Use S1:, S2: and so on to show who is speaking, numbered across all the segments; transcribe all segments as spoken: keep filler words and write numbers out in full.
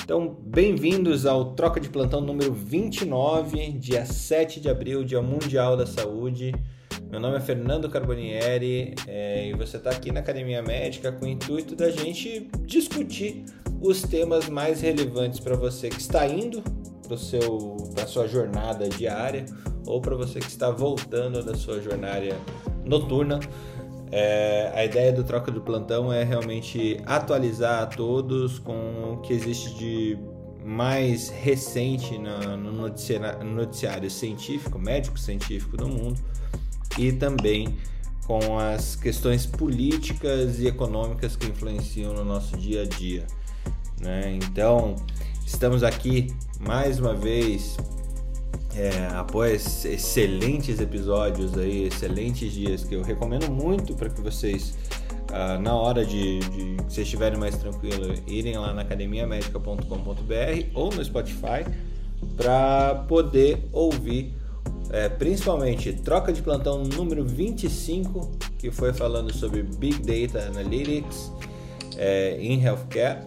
S1: Então, bem-vindos ao Troca de Plantão número vinte e nove, dia sete de abril, Dia Mundial da Saúde. Meu nome é Fernando Carbonieri é, e você está aqui na Academia Médica com o intuito da gente discutir os temas mais relevantes para você que está indo para a sua jornada diária ou para você que está voltando da sua jornada noturna. É, a ideia do Troca do Plantão é realmente atualizar a todos com o que existe de mais recente no, no noticiário, noticiário científico, médico-científico do mundo, e também com as questões políticas e econômicas que influenciam no nosso dia a dia, né? Então, estamos aqui mais uma vez, É, após excelentes episódios aí, excelentes dias que eu recomendo muito para que vocês, uh, na hora de, de que vocês estiverem mais tranquilos, irem lá na academia médica ponto com ponto b r ou no Spotify para poder ouvir, é, principalmente Troca de Plantão número vinte e cinco, que foi falando sobre Big Data Analytics é, em Healthcare,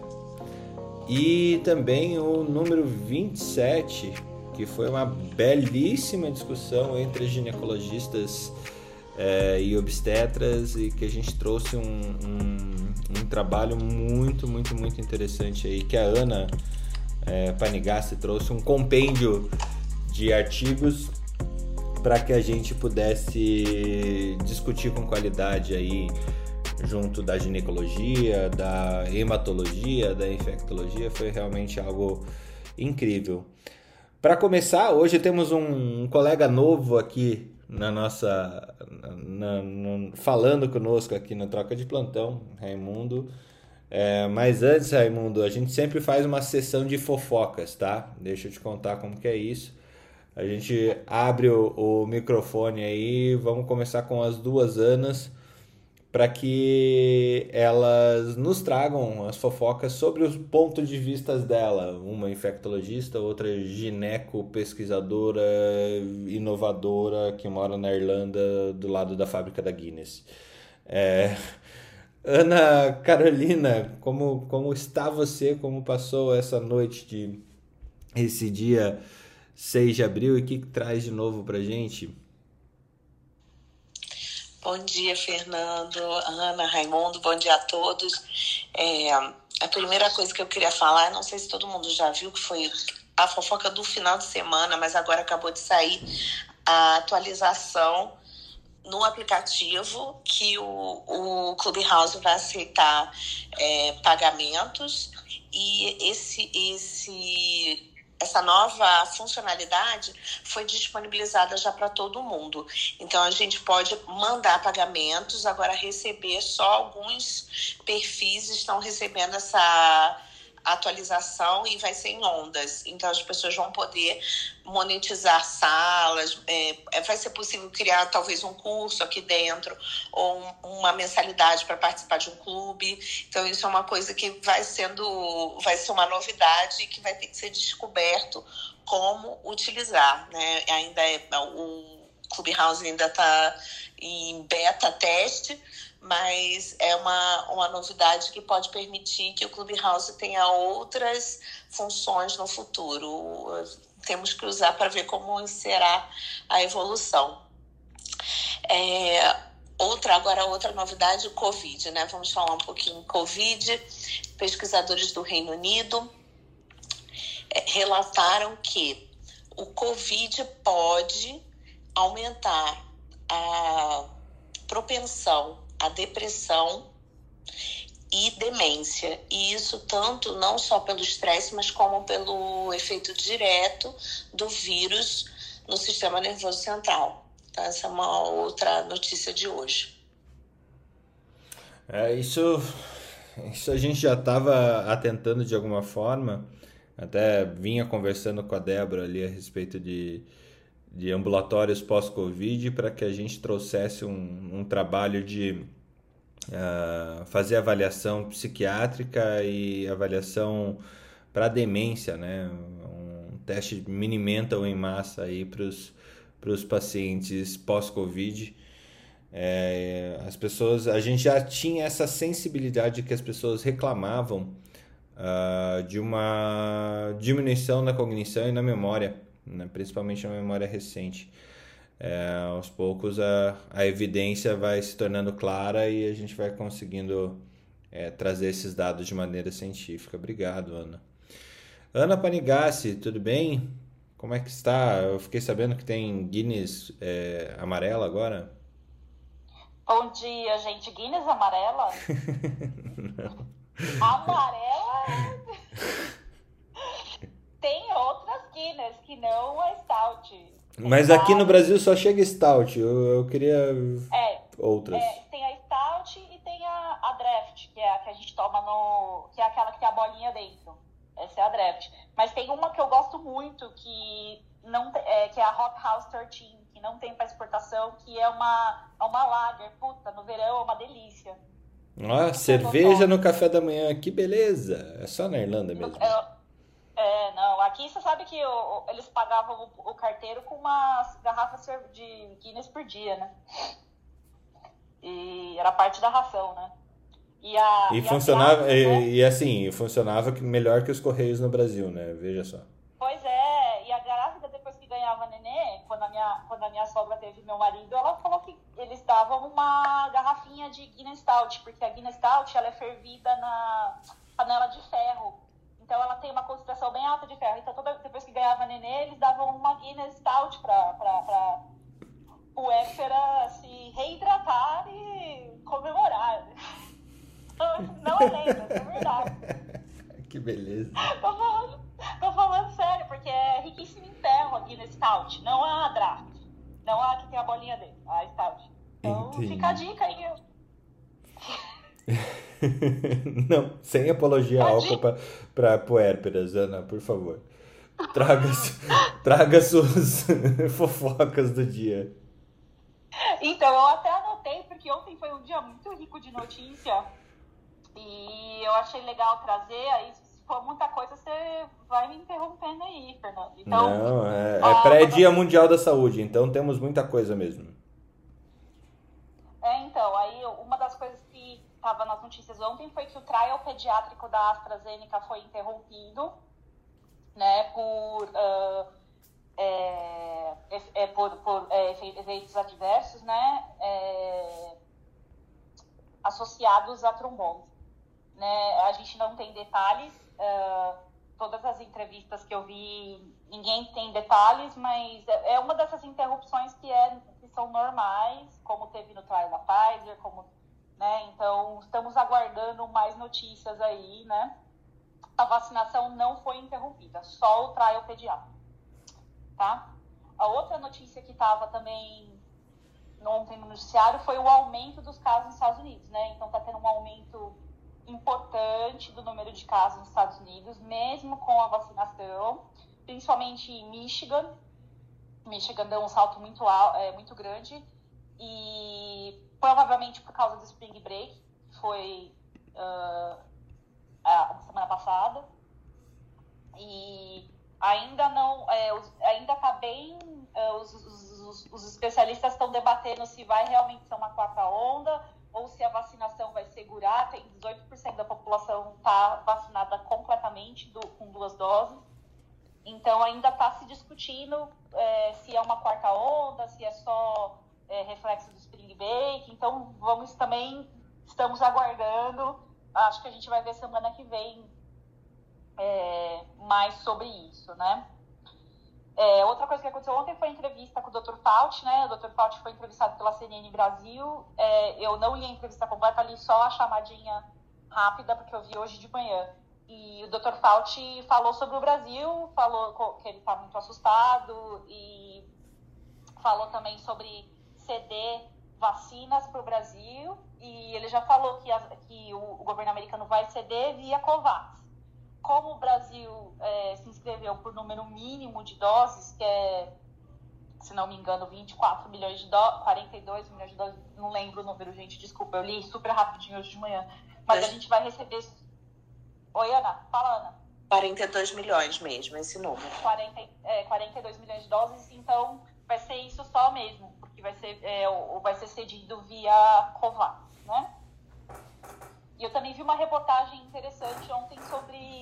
S1: e também o número vinte e sete, que foi uma belíssima discussão entre ginecologistas é, e obstetras, e que a gente trouxe um, um, um trabalho muito, muito, muito interessante aí, que a Ana é, Panigassi trouxe um compêndio de artigos para que a gente pudesse discutir com qualidade aí, junto da ginecologia, da hematologia, da infectologia. Foi realmente algo incrível. Para começar, hoje temos um, um colega novo aqui na nossa, na, na, falando conosco aqui no Troca de Plantão, Raimundo. É, mas antes, Raimundo, a gente sempre faz uma sessão de fofocas, tá? Deixa eu te contar como que é isso. A gente abre o, o microfone aí, vamos começar com as duas Anas, para que elas nos tragam as fofocas sobre os pontos de vista dela. Uma infectologista, outra gineco, pesquisadora, inovadora, que mora na Irlanda, do lado da fábrica da Guinness. É... Ana Carolina, como, como está você? Como passou essa noite, de esse dia seis de abril, e o que traz de novo pra gente?
S2: Bom dia, Fernando, Ana, Raimundo, bom dia a todos. É, a primeira coisa que eu queria falar, não sei se todo mundo já viu, que foi a fofoca do final de semana, mas agora acabou de sair a atualização no aplicativo que o, o Clubhouse vai aceitar é, pagamentos, e esse... esse Essa nova funcionalidade foi disponibilizada já para todo mundo. Então, a gente pode mandar pagamentos, agora receber, só alguns perfis estão recebendo essa atualização e vai ser em ondas. Então, as pessoas vão poder monetizar salas, é, vai ser possível criar talvez um curso aqui dentro ou um, uma mensalidade para participar de um clube. Então, isso é uma coisa que vai sendo, vai ser uma novidade que vai ter que ser descoberto como utilizar, né? Ainda é, o Clubhouse ainda está em beta teste, mas é uma, uma novidade que pode permitir que o Clubhouse tenha outras funções no futuro. Temos que usar para ver como será a evolução. É, outra, agora outra novidade, o Covid, né? Vamos falar um pouquinho Covid. Pesquisadores do Reino Unido é, relataram que o Covid pode aumentar a propensão à depressão e demência. E isso tanto não só pelo estresse, mas como pelo efeito direto do vírus no sistema nervoso central. Então, essa é uma outra notícia de hoje.
S1: É, isso, isso a gente já estava atentando de alguma forma. Até vinha conversando com a Débora ali a respeito de, de ambulatórios pós-Covid, para que a gente trouxesse um, um trabalho de uh, fazer avaliação psiquiátrica e avaliação para demência, né? Um teste mini-mental em massa aí para os pacientes pós-Covid. É, as pessoas, a gente já tinha essa sensibilidade que as pessoas reclamavam uh, de uma diminuição na cognição e na memória, né? Principalmente na memória recente. É, aos poucos a, a evidência vai se tornando clara e a gente vai conseguindo é, trazer esses dados de maneira científica. Obrigado, Ana. Ana Panigassi, tudo bem? Como é que está? Eu fiquei sabendo que tem Guinness é, amarela agora.
S3: Bom dia, gente. Guinness amarela?
S1: Não.
S3: Amarela? Tem outras Guinness que não a Stout.
S1: Mas aqui no Brasil só chega Stout. Eu, eu queria
S3: é,
S1: outras.
S3: É, tem a Stout e tem a, a Draft, que é a que a gente toma no... que é aquela que tem a bolinha dentro. Essa é a Draft. Mas tem uma que eu gosto muito, que, não, é, que é a Hop House treze, que não tem para exportação, que é uma, uma lager. Puta, no verão é uma delícia.
S1: Ah, cerveja no café da manhã, que beleza. É só na Irlanda mesmo.
S3: É, é não. Aqui você sabe que o, eles pagavam o, o carteiro com umas garrafas de Guinness por dia, né? E era parte da ração, né? E, a,
S1: e,
S3: e
S1: funcionava,
S3: a...
S1: e, e assim, funcionava melhor que os Correios no Brasil, né? Veja só.
S3: Pois é, e a grávida, depois que ganhava nenê, quando a minha, quando a minha sogra teve meu marido, ela falou que eles davam uma garrafinha de Guinness Stout, porque a Guinness Stout, ela é fervida na panela de ferro. Então ela tem uma concentração bem alta de ferro. Então toda, depois que ganhava nenê, eles davam uma Guinness Stout pra, pra, pra o Éfera se reidratar e comemorar. Não é lenda, é verdade.
S1: Que beleza.
S3: Tô falando, tô falando sério, porque é riquíssimo em ferro aqui na Stout. Não a Draft. Não a que tem a bolinha dele, a Stout. Então
S1: Entendi.
S3: Fica a dica aí.
S1: Não, sem apologia ao álcool para puérperas, Ana, por favor. Traga, traga suas fofocas do dia.
S3: Então, eu até anotei, porque ontem foi um dia muito rico de notícia. E eu achei legal trazer, aí se for muita coisa, você vai me interrompendo aí, Fernando. Então,
S1: não, é, é
S3: ah,
S1: pré-dia mundial da saúde, então temos muita coisa mesmo.
S3: É, então, aí uma das coisas que estava nas notícias ontem foi que o trial pediátrico da AstraZeneca foi interrompido, né, por, uh, é, é, por, por é, efeitos adversos, né, é, associados a trombose. Né? A gente não tem detalhes, uh, todas as entrevistas que eu vi, ninguém tem detalhes, mas é uma dessas interrupções que, é, que são normais, como teve no trial da Pfizer, como, né? Então estamos aguardando mais notícias aí, né? A vacinação não foi interrompida, só o trial pediátrico, tá? A outra notícia que estava também ontem no noticiário foi o aumento dos casos nos Estados Unidos, né? Então está tendo um aumento importante do número de casos nos Estados Unidos, mesmo com a vacinação, principalmente em Michigan. Michigan deu um salto muito, é, muito grande e provavelmente por causa do Spring Break, que foi uh, a semana passada. E ainda não, é, ainda está bem, uh, os, os, os especialistas estão debatendo se vai realmente ser uma quarta onda ou se a vacinação vai segurar. Tem dezoito por cento da população está vacinada completamente do, com duas doses. Então, ainda está se discutindo é, se é uma quarta onda, se é só é, reflexo do Spring Break. Então, vamos também, estamos aguardando. Acho que a gente vai ver semana que vem é, mais sobre isso, né? É, outra coisa que aconteceu ontem foi a entrevista com o doutor Fauci, né? O doutor Fauci foi entrevistado pela C N N Brasil. É, eu não li a entrevista completa, li só a chamadinha rápida, porque eu vi hoje de manhã. E o doutor Fauci falou sobre o Brasil, falou que ele está muito assustado e falou também sobre ceder vacinas para o Brasil. E ele já falou que, as, que o, o governo americano vai ceder via COVAX. Como o Brasil é, se inscreveu por número mínimo de doses, que é, se não me engano, vinte e quatro milhões de doses, quarenta e dois milhões de doses, não lembro o número, gente, desculpa, eu li super rapidinho hoje de manhã. Mas a gente vai receber... Oi, Ana, fala, Ana.
S2: quarenta e dois milhões mesmo, esse número.
S3: quarenta, é, quarenta e dois milhões de doses, então vai ser isso só mesmo, porque vai ser, é, ou vai ser cedido via COVAX, né? E eu também vi uma reportagem interessante ontem sobre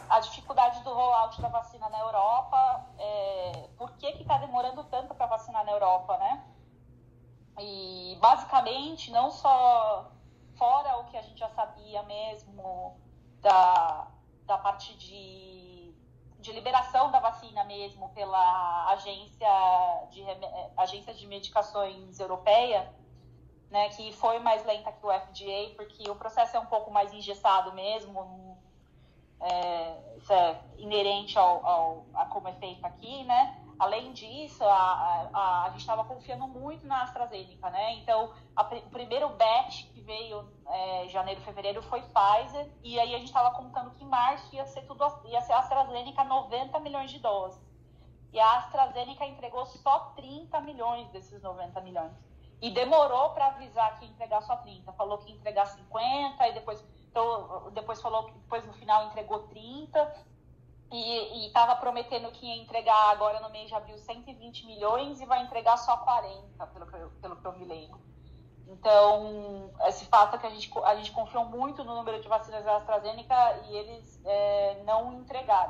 S3: a dificuldade do rollout da vacina na Europa, é, por que que está demorando tanto para vacinar na Europa, né? E, basicamente, não só fora o que a gente já sabia mesmo da, da parte de, de liberação da vacina mesmo pela agência de, agência de medicações europeia, né, que foi mais lenta que o F D A, porque o processo é um pouco mais engessado mesmo, é, isso é inerente ao, ao, a como é feito aqui, né? Além disso, a, a, a gente estava confiando muito na AstraZeneca, né? Então, a, o primeiro batch que veio é, em janeiro, fevereiro foi Pfizer, e aí a gente estava contando que em março ia ser tudo, ia ser a AstraZeneca noventa milhões de doses. E a AstraZeneca entregou só trinta milhões desses noventa milhões. E demorou para avisar que ia entregar só trinta. Falou que ia entregar cinquenta, e depois, então, depois falou que depois no final entregou trinta. E estava prometendo que ia entregar agora no mês de abril cento e vinte milhões e vai entregar só quarenta, pelo que eu, pelo que eu me lembro. Então, esse fato é que a gente, a gente confiou muito no número de vacinas da AstraZeneca e eles é, não entregaram.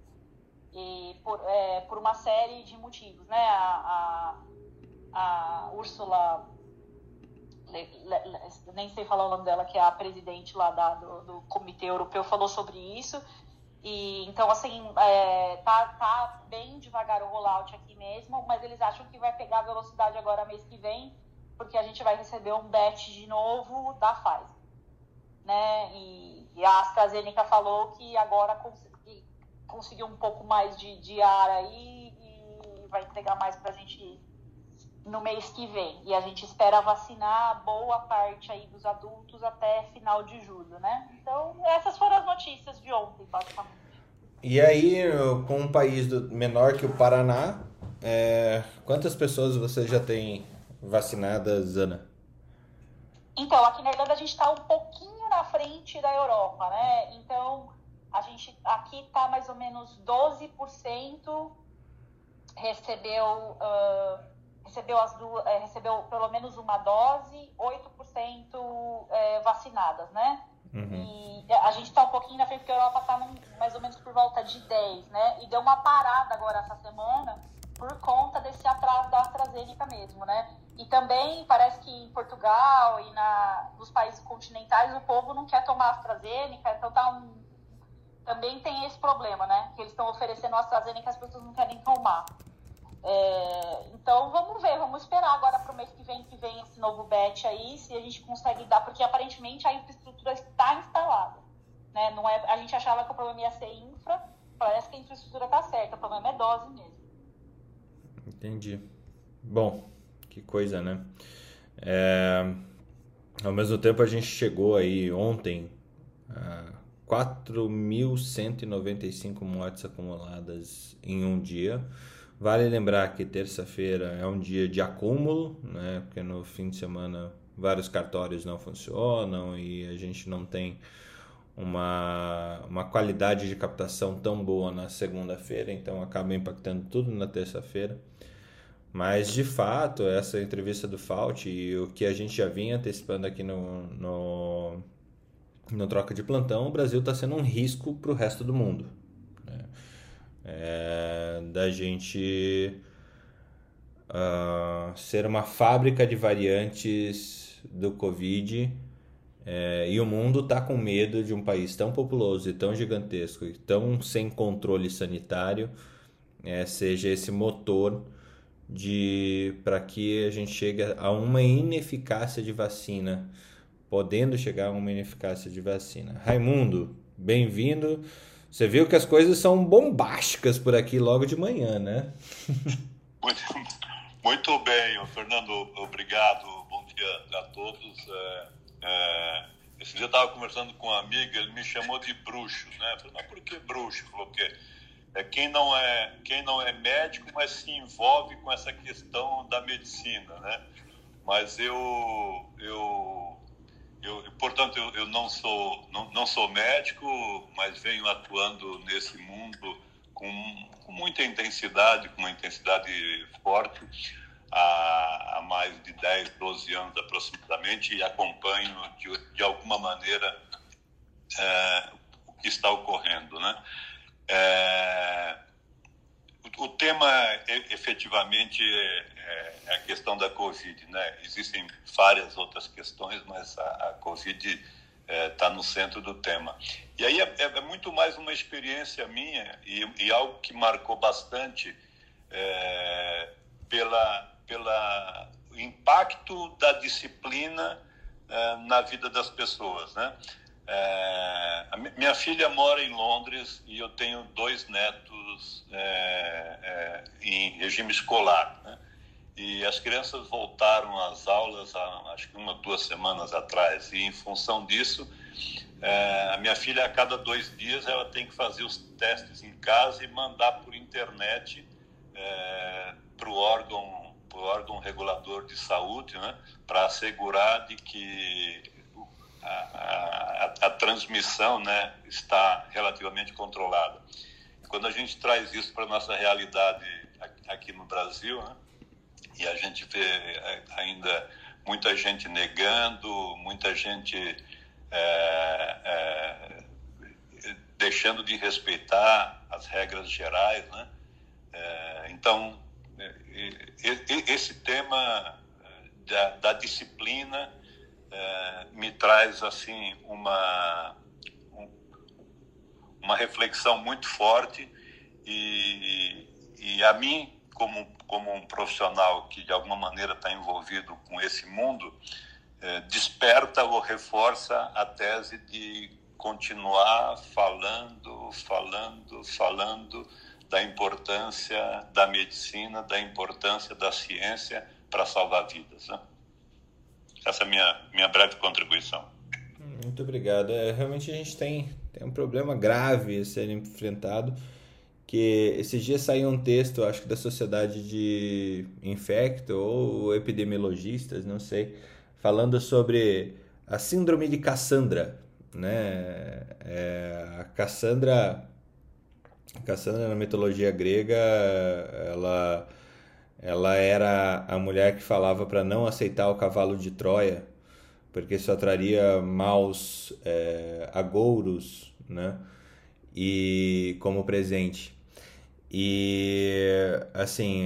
S3: E por, é, por uma série de motivos, né? A, a, a Ursula, le, le, nem sei falar o nome dela, que é a presidente lá da, do, do Comitê Europeu, falou sobre isso. E, então, assim, é, tá, tá bem devagar o rollout aqui mesmo, mas eles acham que vai pegar a velocidade agora mês que vem, porque a gente vai receber um batch de novo da Pfizer, né? E, e a AstraZeneca falou que agora cons- que conseguiu um pouco mais de, de ar aí e vai entregar mais pra gente no mês que vem. E a gente espera vacinar boa parte aí dos adultos até final de julho, né? Então, essas foram as notícias de ontem, basicamente.
S1: E aí, com um país do, menor que o Paraná, é, quantas pessoas você já tem vacinadas, Ana?
S3: Então, aqui na Irlanda a gente está um pouquinho na frente da Europa, né? Então, a gente aqui está mais ou menos doze por cento recebeu... Uh, Recebeu, as duas, é, recebeu pelo menos uma dose, oito por cento é, vacinadas, né? Uhum. E a gente está um pouquinho na frente, porque a Europa está mais ou menos por volta de dez, né? E deu uma parada agora essa semana por conta desse atraso da AstraZeneca mesmo, né? E também parece que em Portugal e na, nos países continentais o povo não quer tomar AstraZeneca, então tá um, também tem esse problema, né? Que eles estão oferecendo AstraZeneca e as pessoas não querem tomar. É, então vamos ver, vamos esperar agora para o mês que vem que vem esse novo batch aí, se a gente consegue dar, porque aparentemente a infraestrutura está instalada, né? Não é, a gente achava que o problema ia ser infra, parece que a infraestrutura está certa, o problema é dose mesmo.
S1: Entendi. Bom, que coisa, né? É, ao mesmo tempo a gente chegou aí ontem a quatro mil cento e noventa e cinco mortes acumuladas em um dia. Vale lembrar que terça-feira é um dia de acúmulo, né? Porque no fim de semana vários cartórios não funcionam e a gente não tem uma, uma qualidade de captação tão boa na segunda-feira, então acaba impactando tudo na terça-feira. Mas, de fato, essa entrevista do Fauci e o que a gente já vinha antecipando aqui no, no, no Troca de Plantão, o Brasil está sendo um risco para o resto do mundo. É, da gente uh, ser uma fábrica de variantes do Covid, é, e o mundo está com medo de um país tão populoso e tão gigantesco e tão sem controle sanitário, é, seja esse motor de para que a gente chegue a uma ineficácia de vacina, podendo chegar a uma ineficácia de vacina. Raimundo, bem-vindo. Você viu que as coisas são bombásticas por aqui logo de manhã, né?
S4: Muito, muito bem, Fernando, obrigado, bom dia a todos. É, é, esse dia eu estava conversando com um amigo, ele me chamou de bruxo, né? Falei, mas por que bruxo? Falou que é quem não é, quem não é médico, mas se envolve com essa questão da medicina, né? Mas eu... eu Eu, portanto, eu, eu não, sou, não, não sou médico, mas venho atuando nesse mundo com, com muita intensidade, com uma intensidade forte, há, há mais de dez, doze anos aproximadamente, e acompanho de, de alguma maneira é, o que está ocorrendo, né? É, o, o tema, efetivamente, é, é a questão da Covid, né? Existem várias outras questões, mas a, a Covid está é, no centro do tema. E aí é, é muito mais uma experiência minha e, e algo que marcou bastante é, pela, pela o impacto da disciplina é, na vida das pessoas, né? É, a minha filha mora em Londres e eu tenho dois netos é, é, em regime escolar, né? E as crianças voltaram às aulas há, acho que uma, duas semanas atrás, e em função disso, é, a minha filha, a cada dois dias, ela tem que fazer os testes em casa e mandar por internet é, para o órgão o órgão regulador de saúde, né, para assegurar de que a, a, a transmissão, né, está relativamente controlada. Quando a gente traz isso para a nossa realidade aqui no Brasil, né, e a gente vê ainda muita gente negando, muita gente é, é, deixando de respeitar as regras gerais, né, é, então esse tema da, da disciplina é, me traz assim uma uma reflexão muito forte e, e a mim como como um profissional que de alguma maneira está envolvido com esse mundo é, desperta ou reforça a tese de continuar falando falando falando da importância da medicina, da importância da ciência para salvar vidas, né? Essa é a minha, minha breve contribuição.
S1: Muito obrigado. É, realmente a gente tem, tem um problema grave a ser enfrentado, que esses dias saiu um texto, acho que da Sociedade de Infecto ou epidemiologistas, não sei, falando sobre a síndrome de Cassandra, né? É, a Cassandra... Cassandra, na mitologia grega, ela, ela era a mulher que falava para não aceitar o cavalo de Troia, porque só traria maus é, agouros, né? E como presente. E assim,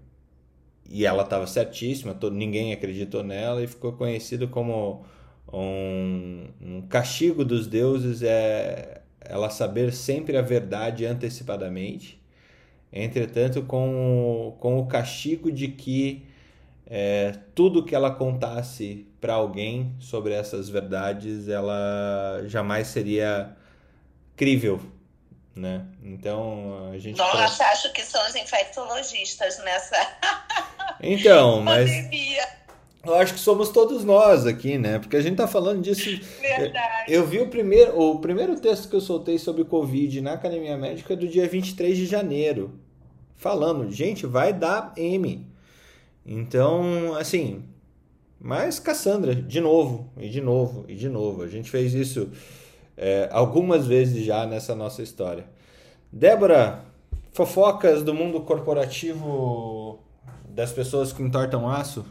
S1: e ela estava certíssima, todo, ninguém acreditou nela e ficou conhecido como um, um castigo dos deuses é ela saber sempre a verdade antecipadamente, entretanto com o, com o castigo de que é, tudo que ela contasse para alguém sobre essas verdades, ela jamais seria crível, né? Então a gente...
S2: Nossa, pode... acho que são os infectologistas nessa
S1: então, mas...
S2: pandemia.
S1: Eu acho que somos todos nós aqui, né? Porque a gente tá falando disso...
S2: Verdade.
S1: Eu, eu vi o primeiro, o primeiro texto que eu soltei sobre Covid na Academia Médica do dia vinte e três de janeiro. Falando, gente, vai dar M. Então, assim... Mas Cassandra, de novo, e de novo, e de novo. A gente fez isso é, algumas vezes já nessa nossa história. Débora, fofocas do mundo corporativo das pessoas que entortam aço?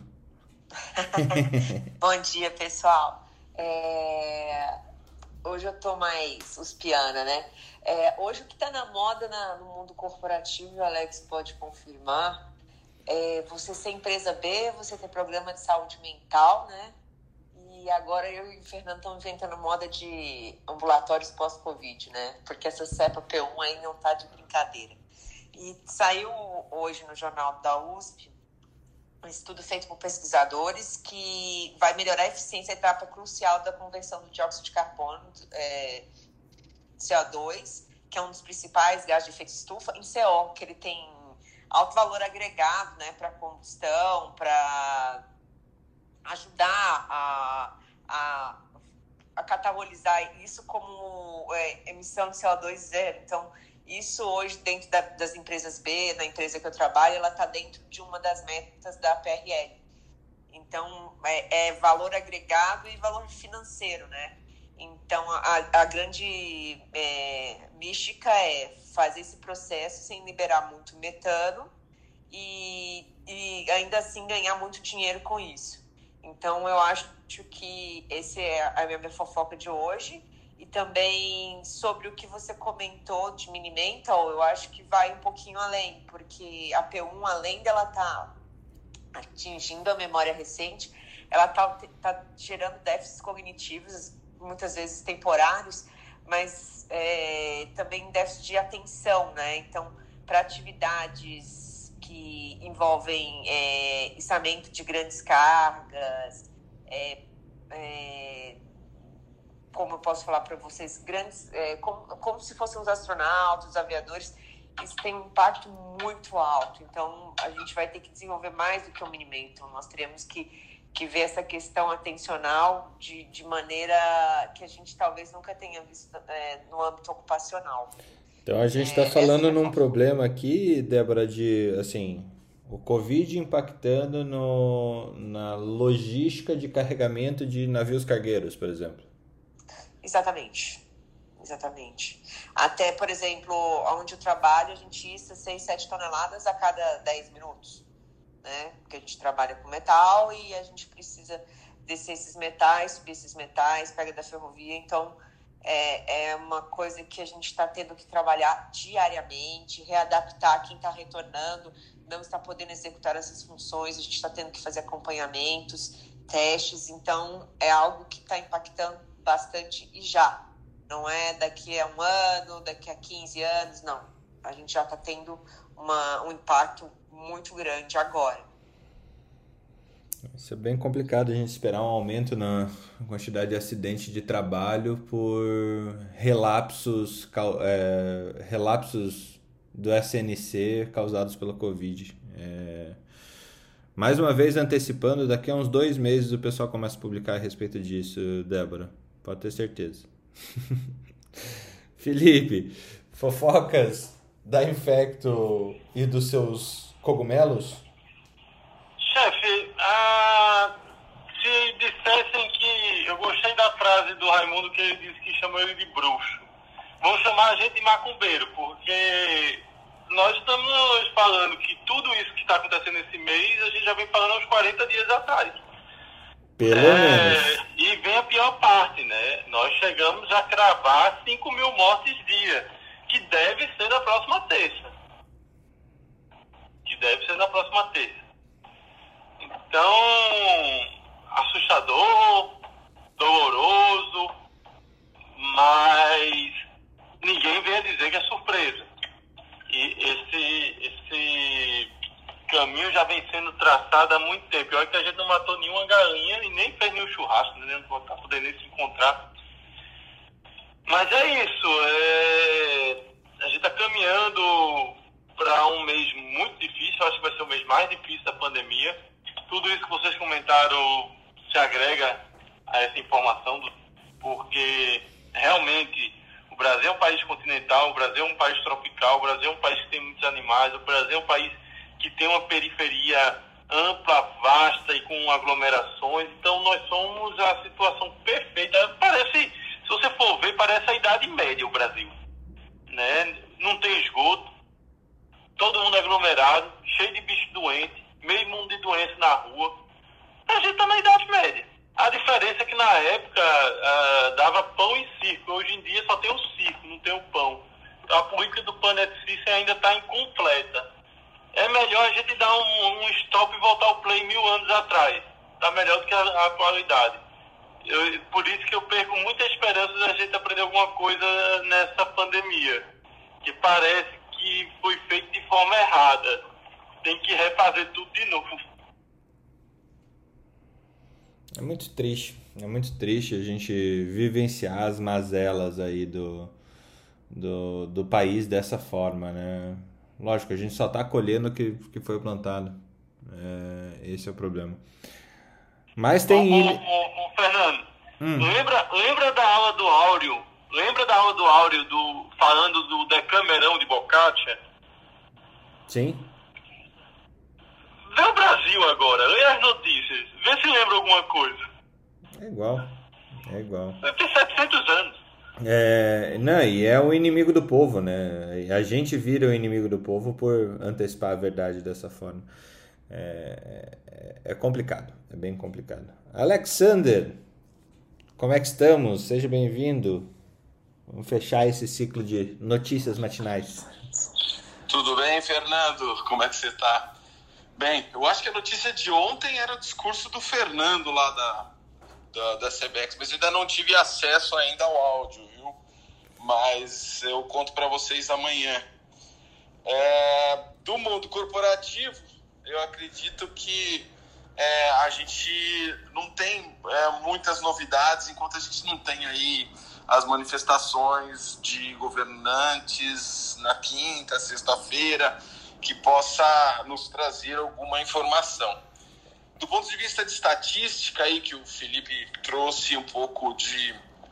S2: Bom dia, pessoal. É... Hoje eu tô mais uspiana, né? É, hoje o que tá na moda na, no mundo corporativo, o Alex pode confirmar, é você ser empresa B, você ter programa de saúde mental, né? E agora eu e o Fernando estamos inventando moda de ambulatórios pós-Covid, né? Porque essa cepa P um aí não tá de brincadeira. E saiu hoje no jornal da U S P um estudo feito por pesquisadores que vai melhorar a eficiência, a etapa crucial da conversão do dióxido de carbono, é, C O dois, que é um dos principais gases de efeito estufa, em C O, que ele tem alto valor agregado, né, para combustão, para ajudar a, a, a catabolizar isso como é, emissão de C O dois zero. Então, isso hoje, dentro da, das empresas B, na empresa que eu trabalho, ela está dentro de uma das metas da P R L. Então, é, é valor agregado e valor financeiro, né? Então, a, a grande é, mística é fazer esse processo sem liberar muito metano e, e ainda assim ganhar muito dinheiro com isso. Então, eu acho que esse é a minha fofoca de hoje. E também sobre o que você comentou de Mini-Mental, eu acho que vai um pouquinho além, porque a P um, além dela estar tá atingindo a memória recente, ela está tá gerando déficits cognitivos, muitas vezes temporários, mas é, também déficit de atenção, né? Então, para atividades que envolvem é, içamento de grandes cargas, é, é, como eu posso falar para vocês, grandes, é, como, como se fossem os astronautas, os aviadores, isso tem um impacto muito alto. Então, a gente vai ter que desenvolver mais do que o Mini-Mental. Nós teremos que que vê essa questão atencional de, de maneira que a gente talvez nunca tenha visto é, no âmbito ocupacional.
S1: Então a gente está é, falando num problema aqui, Débora, de assim, o Covid impactando no, na logística de carregamento de navios cargueiros, por exemplo.
S2: Exatamente. Exatamente. Até, por exemplo, onde eu trabalho, a gente issa seis, sete toneladas a cada dez minutos. Né? Porque a gente trabalha com metal e a gente precisa descer esses metais, subir esses metais, pega da ferrovia. Então, é, é uma coisa que a gente está tendo que trabalhar diariamente, readaptar quem está retornando, não está podendo executar essas funções, a gente está tendo que fazer acompanhamentos, testes. Então, é algo que está impactando bastante e já. Não é daqui a um ano, daqui a quinze anos, não. A gente já está tendo uma, um impacto muito grande agora.
S1: Isso é bem complicado a gente esperar um aumento na quantidade de acidentes de trabalho por relapsos, é, relapsos do S N C causados pela Covid. É, mais uma vez antecipando, daqui a uns dois meses o pessoal começa a publicar a respeito disso, Débora. Pode ter certeza. Felipe, fofocas da Infecto e dos seus cogumelos?
S5: Chefe, ah, se dissessem que... Eu gostei da frase do Raimundo que ele disse que chamou ele de bruxo. Vão chamar a gente de macumbeiro, porque nós estamos falando que tudo isso que está acontecendo esse mês, a gente já vem falando há uns quarenta dias atrás.
S1: Pelo
S5: é,
S1: menos.
S5: E vem a pior parte, né? Nós chegamos a cravar cinco mil mortes dia, que deve ser na próxima terça. Que deve ser na próxima terça. Então, assustador, doloroso, mas ninguém vem a dizer que é surpresa. E esse, esse caminho já vem sendo traçado há muito tempo. Olha que a gente não matou nenhuma galinha e nem fez nenhum churrasco, né? Não está podendo nem se encontrar. Mas é isso. É... A gente está caminhando para um mês muito difícil. Acho que vai ser o mês mais difícil da pandemia. Tudo isso que vocês comentaram se agrega a essa informação, do... porque realmente o Brasil é um país continental, o Brasil é um país tropical, o Brasil é um país que tem muitos animais, o Brasil é um país que tem uma periferia ampla, vasta e com aglomerações. Então nós somos a situação perfeita. Parece, se você for ver, parece a Idade Média o Brasil, né? Não tem esgoto, todo mundo aglomerado, cheio de bicho doente, meio mundo de doença na rua. A gente está na Idade Média. A diferença é que na época uh, dava pão e circo. Hoje em dia só tem o circo, não tem o pão. A política do paneticício ainda está incompleta. É melhor a gente dar um, um stop e voltar ao play mil anos atrás. Está melhor do que a, a atualidade. Eu, por isso que eu perco muita esperança da gente aprender alguma coisa nessa pandemia. Que parece que foi feito de forma errada. Tem que refazer tudo de novo.
S1: É muito triste, é muito triste a gente vivenciar as mazelas aí do, do, do país dessa forma, né? Lógico, a gente só está colhendo o que, que foi plantado. É, esse é o problema. Mas tem...
S5: Ô, ô, ô, ô, Fernando, hum. lembra, lembra da aula do Áureo? Lembra da aula do Áureo do, falando do Decamerão de Boccaccia?
S1: Sim.
S5: Vê o Brasil agora, lê as notícias, vê se lembra alguma coisa.
S1: É igual, é igual.
S5: Tem setecentos anos.
S1: É, não, e é o inimigo do povo, né? A gente vira o inimigo do povo por antecipar a verdade dessa forma. É, é, é complicado, é bem complicado. Alexander, como é que estamos? Seja bem-vindo. Vamos fechar esse ciclo de notícias matinais.
S6: Tudo bem, Fernando? Como é que você tá? Bem, eu acho que a notícia de ontem era o discurso do Fernando lá da, da, da Cebex, mas eu ainda não tive acesso ainda ao áudio, viu? Mas eu conto para vocês amanhã. É, do mundo corporativo, eu acredito que é, a gente não tem é, muitas novidades enquanto a gente não tem aí as manifestações de governantes na quinta, sexta-feira, que possa nos trazer alguma informação. Do ponto de vista de estatística, aí que o Felipe trouxe um pouco de,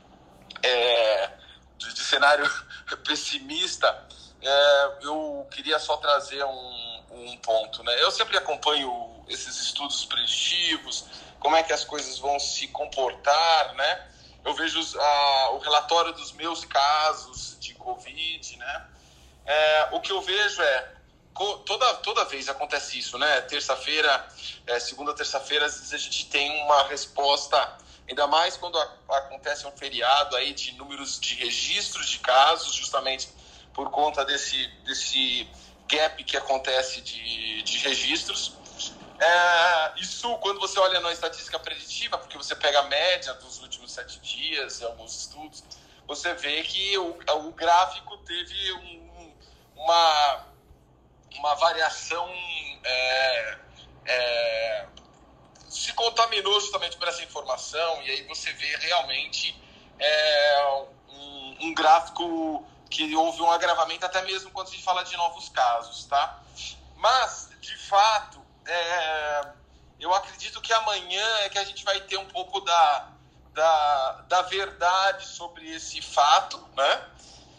S6: é, de, de cenário pessimista, é, eu queria só trazer um, um ponto, né? Eu sempre acompanho esses estudos preditivos, como é que as coisas vão se comportar, né? Eu vejo a, o relatório dos meus casos de Covid, né? É, o que eu vejo é, toda, toda vez acontece isso, né? Terça-feira, é, segunda, terça-feira, às vezes a gente tem uma resposta, ainda mais quando a, acontece um feriado aí de números de registros de casos, justamente por conta desse, desse gap que acontece de, de registros. É, isso, quando você olha na estatística preditiva, porque você pega a média dos últimos sete dias, em alguns estudos, você vê que o, o gráfico teve um, uma, uma variação, é, é, se contaminou justamente por essa informação, e aí você vê realmente é, um, um gráfico que houve um agravamento, até mesmo quando a gente fala de novos casos, tá? Mas, de fato, É, eu acredito que amanhã é que a gente vai ter um pouco da, da, da verdade sobre esse fato, né?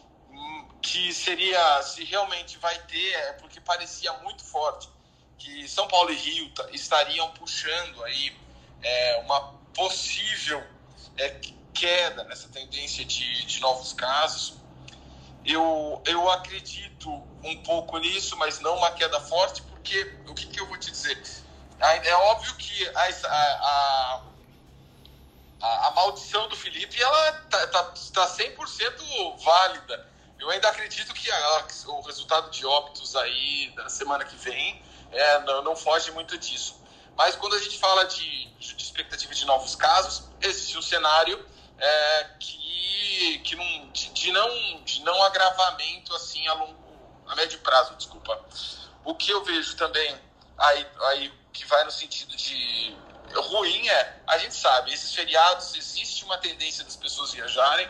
S6: Que seria, se realmente vai ter, é porque parecia muito forte que São Paulo e Rio estariam puxando aí é, uma possível é, queda nessa tendência de, de novos casos. Eu, eu acredito um pouco nisso, mas não uma queda forte, porque o que, que eu vou te dizer? É óbvio que a, a, a, a maldição do Felipe ela tá, tá, tá cem por cento válida. Eu ainda acredito que a, o resultado de óbitos aí da semana que vem é, não, não foge muito disso. Mas quando a gente fala de, de expectativa de novos casos, existe um cenário é, que, que não, de, de, não, de não agravamento assim, a, longo, a médio prazo, desculpa. O que eu vejo também aí, aí que vai no sentido de ruim é, a gente sabe, esses feriados existe uma tendência das pessoas viajarem,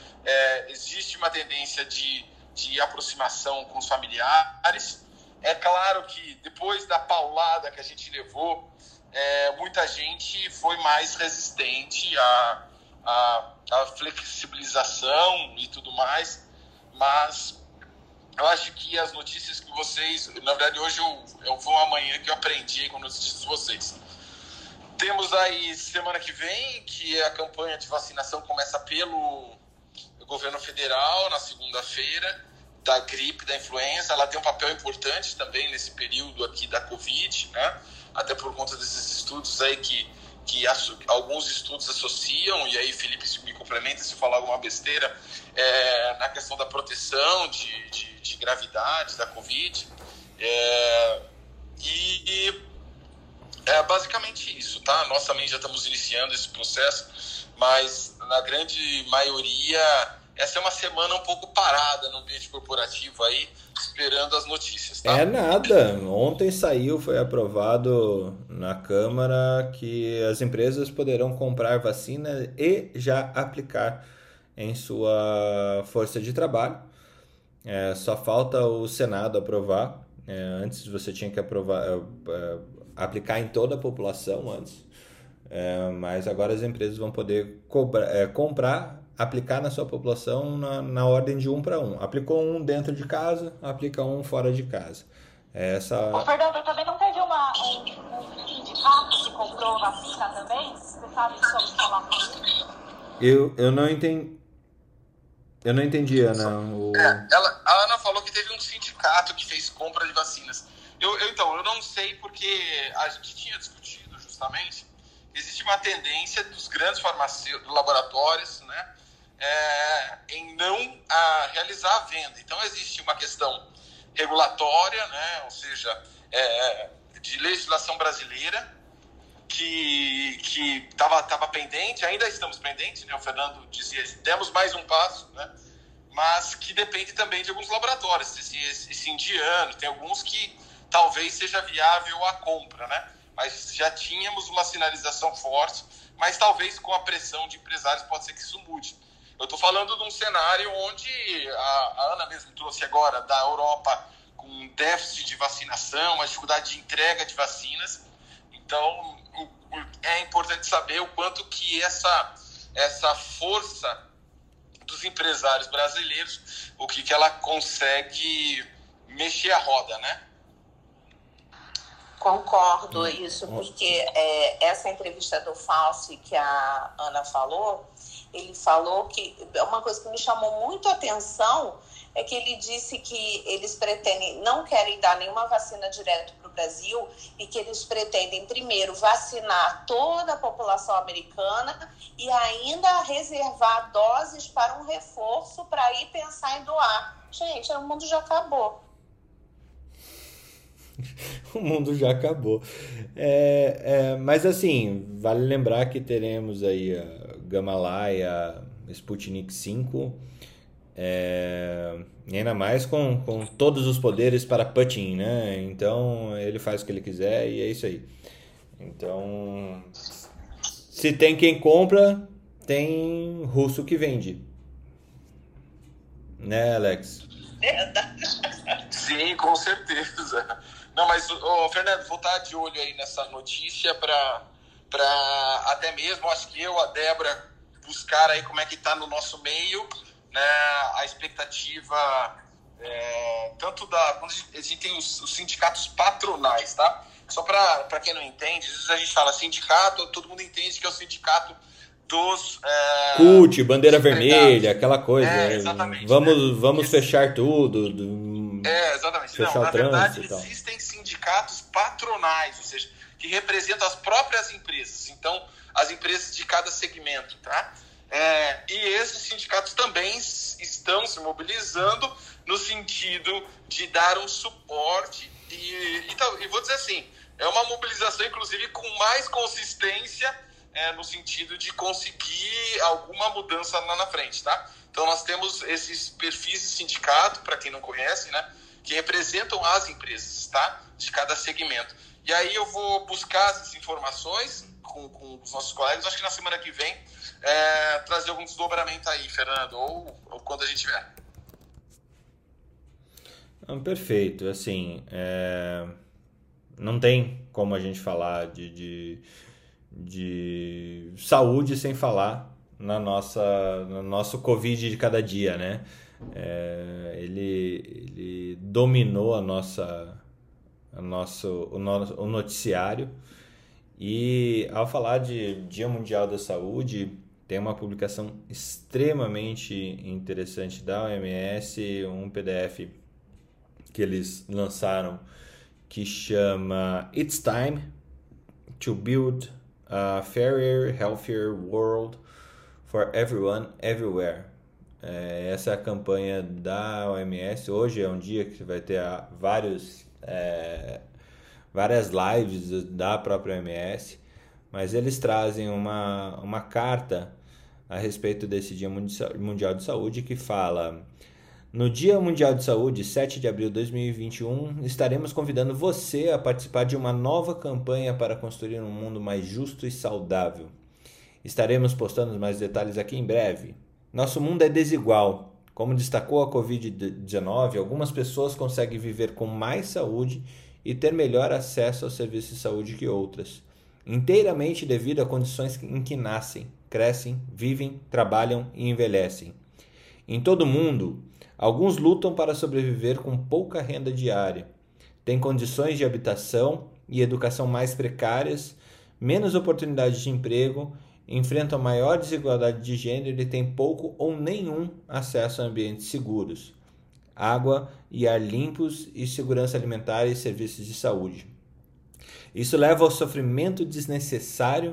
S6: é, existe uma tendência de, de aproximação com os familiares. É claro que depois da paulada que a gente levou, é, muita gente foi mais resistente à, à, à flexibilização e tudo mais, mas eu acho que as notícias que vocês... Na verdade, hoje eu, eu vou amanhã que eu aprendi com as notícias de vocês. Temos aí, semana que vem, que a campanha de vacinação começa pelo governo federal, na segunda-feira, da gripe, da influenza. Ela tem um papel importante também nesse período aqui da Covid, né? Até por conta desses estudos aí que, que alguns estudos associam, e aí Felipe me complementa se eu falar alguma besteira, é, na questão da proteção de, de, de gravidade da Covid. É, e, e é basicamente isso, tá? Nós também já estamos iniciando esse processo, mas na grande maioria essa é uma semana um pouco parada no ambiente corporativo aí, esperando as notícias, tá?
S1: É nada. Ontem saiu, foi aprovado na Câmara que as empresas poderão comprar vacina e já aplicar em sua força de trabalho. É, só falta o Senado aprovar. É, antes você tinha que aprovar, é, é, aplicar em toda a população antes. É, mas agora as empresas vão poder cobrar, é, comprar, aplicar na sua população na, na ordem de um para um. Aplicou um dentro de casa, aplica um fora de casa. Essa...
S3: Ô, Fernando, também não teve uma, um, um sindicato que comprou vacina também? Você sabe sobre falar isso?
S1: Eu, eu não entendi. Eu não entendi, Ana. O...
S6: É, ela, a Ana falou que teve um sindicato que fez compra de vacinas. Eu, eu, então, eu não sei porque a gente tinha discutido justamente. Existe uma tendência dos grandes farmacêuticos, laboratórios, né, é, em não a, realizar a venda. Então, existe uma questão regulatória, né, ou seja, é, de legislação brasileira, que que estava tava pendente, ainda estamos pendentes, né? O Fernando dizia, demos mais um passo, né? Mas que depende também de alguns laboratórios, esse, esse, esse indiano, tem alguns que talvez seja viável a compra, né? Mas já tínhamos uma sinalização forte, mas talvez com a pressão de empresários pode ser que isso mude. Eu estou falando de um cenário onde a, a Ana mesmo trouxe agora da Europa com déficit de vacinação, uma dificuldade de entrega de vacinas. Então, o, o, é importante saber o quanto que essa, essa força dos empresários brasileiros, o que, que ela consegue mexer a roda, né?
S2: Concordo isso, porque é, essa entrevista do Fauci que a Ana falou, ele falou que uma coisa que me chamou muito a atenção é que ele disse que eles pretendem, não querem dar nenhuma vacina direto para o Brasil e que eles pretendem primeiro vacinar toda a população americana e ainda reservar doses para um reforço para ir pensar em doar. Gente, o mundo já acabou.
S1: O mundo já acabou. É, é, mas assim, vale lembrar que teremos aí a Gamaleya, a Sputnik cinco, é, e ainda mais com, com todos os poderes para Putin, né? Então ele faz o que ele quiser e é isso aí. Então, se tem quem compra, tem russo que vende. Né, Alex?
S6: Sim, com certeza. Não, mas, oh, Fernando, vou estar de olho aí nessa notícia para para até mesmo, acho que eu, a Débora, buscar aí como é que está no nosso meio, né, a expectativa, é, tanto da... Quando a gente tem os, os sindicatos patronais, tá? Só para quem não entende, às vezes a gente fala sindicato, todo mundo entende que é o sindicato dos... É,
S1: C U T, bandeira vermelha, aquela coisa.
S6: É, exatamente.
S1: Vamos,
S6: né?
S1: vamos
S6: Esse...
S1: fechar tudo. Do...
S6: É, exatamente.
S1: Fechar
S6: não,
S1: o
S6: na
S1: trânsito
S6: verdade, existem sindicatos patronais, ou seja, que representam as próprias empresas. Então, as empresas de cada segmento, tá? É, e esses sindicatos também estão se mobilizando no sentido de dar um suporte e, e, e vou dizer assim, é uma mobilização, inclusive, com mais consistência, é, no sentido de conseguir alguma mudança lá na frente, tá? Então, nós temos esses perfis de sindicato, para quem não conhece, né, que representam as empresas, tá? De cada segmento. E aí eu vou buscar essas informações com, com os nossos colegas, acho que na semana que vem, é, trazer algum desdobramento aí, Fernando, ou, ou quando a gente tiver.
S1: Ah, perfeito, assim, é... não tem como a gente falar de, de, de saúde sem falar na nossa, no nosso Covid de cada dia, né? É, ele, ele dominou a nossa, a nosso, o, no, o noticiário e ao falar de Dia Mundial da Saúde, tem uma publicação extremamente interessante da O M S, um P D F que eles lançaram que chama It's Time to Build a Fairer, Healthier World for Everyone, Everywhere. É, essa é a campanha da O M S. Hoje é um dia que vai ter vários, é, várias lives da própria O M S, mas eles trazem uma, uma carta a respeito desse Dia Mundial de Saúde que fala: no Dia Mundial de Saúde, sete de abril de dois mil e vinte e um, estaremos convidando você a participar de uma nova campanha para construir um mundo mais justo e saudável. Estaremos postando mais detalhes aqui em breve. Nosso mundo é desigual. Como destacou a covid dezenove, algumas pessoas conseguem viver com mais saúde e ter melhor acesso aos serviços de saúde que outras, inteiramente devido a condições em que nascem, crescem, vivem, trabalham e envelhecem. Em todo o mundo, alguns lutam para sobreviver com pouca renda diária, têm condições de habitação e educação mais precárias, menos oportunidades de emprego, enfrentam maior desigualdade de gênero e têm pouco ou nenhum acesso a ambientes seguros, água e ar limpos e segurança alimentar e serviços de saúde. Isso leva ao sofrimento desnecessário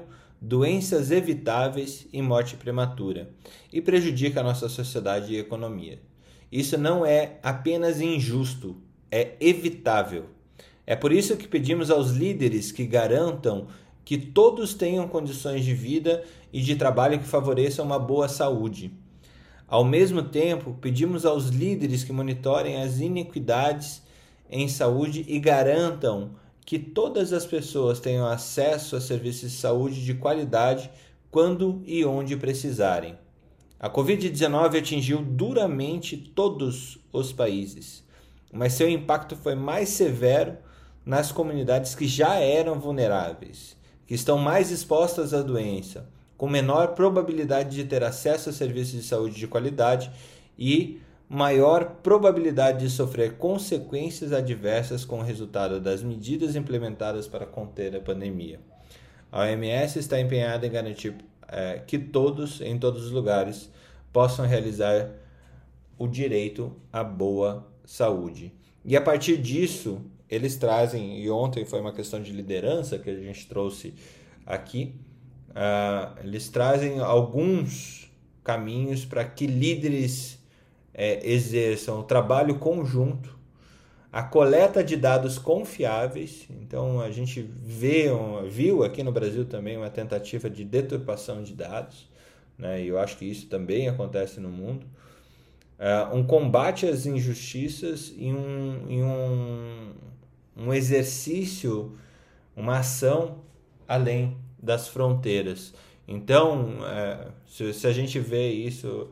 S1: doenças evitáveis e morte prematura, e prejudica a nossa sociedade e economia. Isso não é apenas injusto, é evitável. É por isso que pedimos aos líderes que garantam que todos tenham condições de vida e de trabalho que favoreçam uma boa saúde. Ao mesmo tempo, pedimos aos líderes que monitorem as iniquidades em saúde e garantam que todas as pessoas tenham acesso a serviços de saúde de qualidade quando e onde precisarem. A covid dezenove atingiu duramente todos os países, mas seu impacto foi mais severo nas comunidades que já eram vulneráveis, que estão mais expostas à doença, com menor probabilidade de ter acesso a serviços de saúde de qualidade e maior probabilidade de sofrer consequências adversas com o resultado das medidas implementadas para conter a pandemia. A O M S está empenhada em garantir é, que todos, em todos os lugares, possam realizar o direito à boa saúde. E a partir disso, eles trazem, e ontem foi uma questão de liderança que a gente trouxe aqui, uh, eles trazem alguns caminhos para que líderes é, exerçam o trabalho conjunto, a coleta de dados confiáveis. Então a gente vê, viu aqui no Brasil também uma tentativa de deturpação de dados, né? E eu acho que isso também acontece no mundo. Uh, um combate às injustiças e um, e um, um exercício, uma ação além das fronteiras. Então, uh, se, se a gente vê isso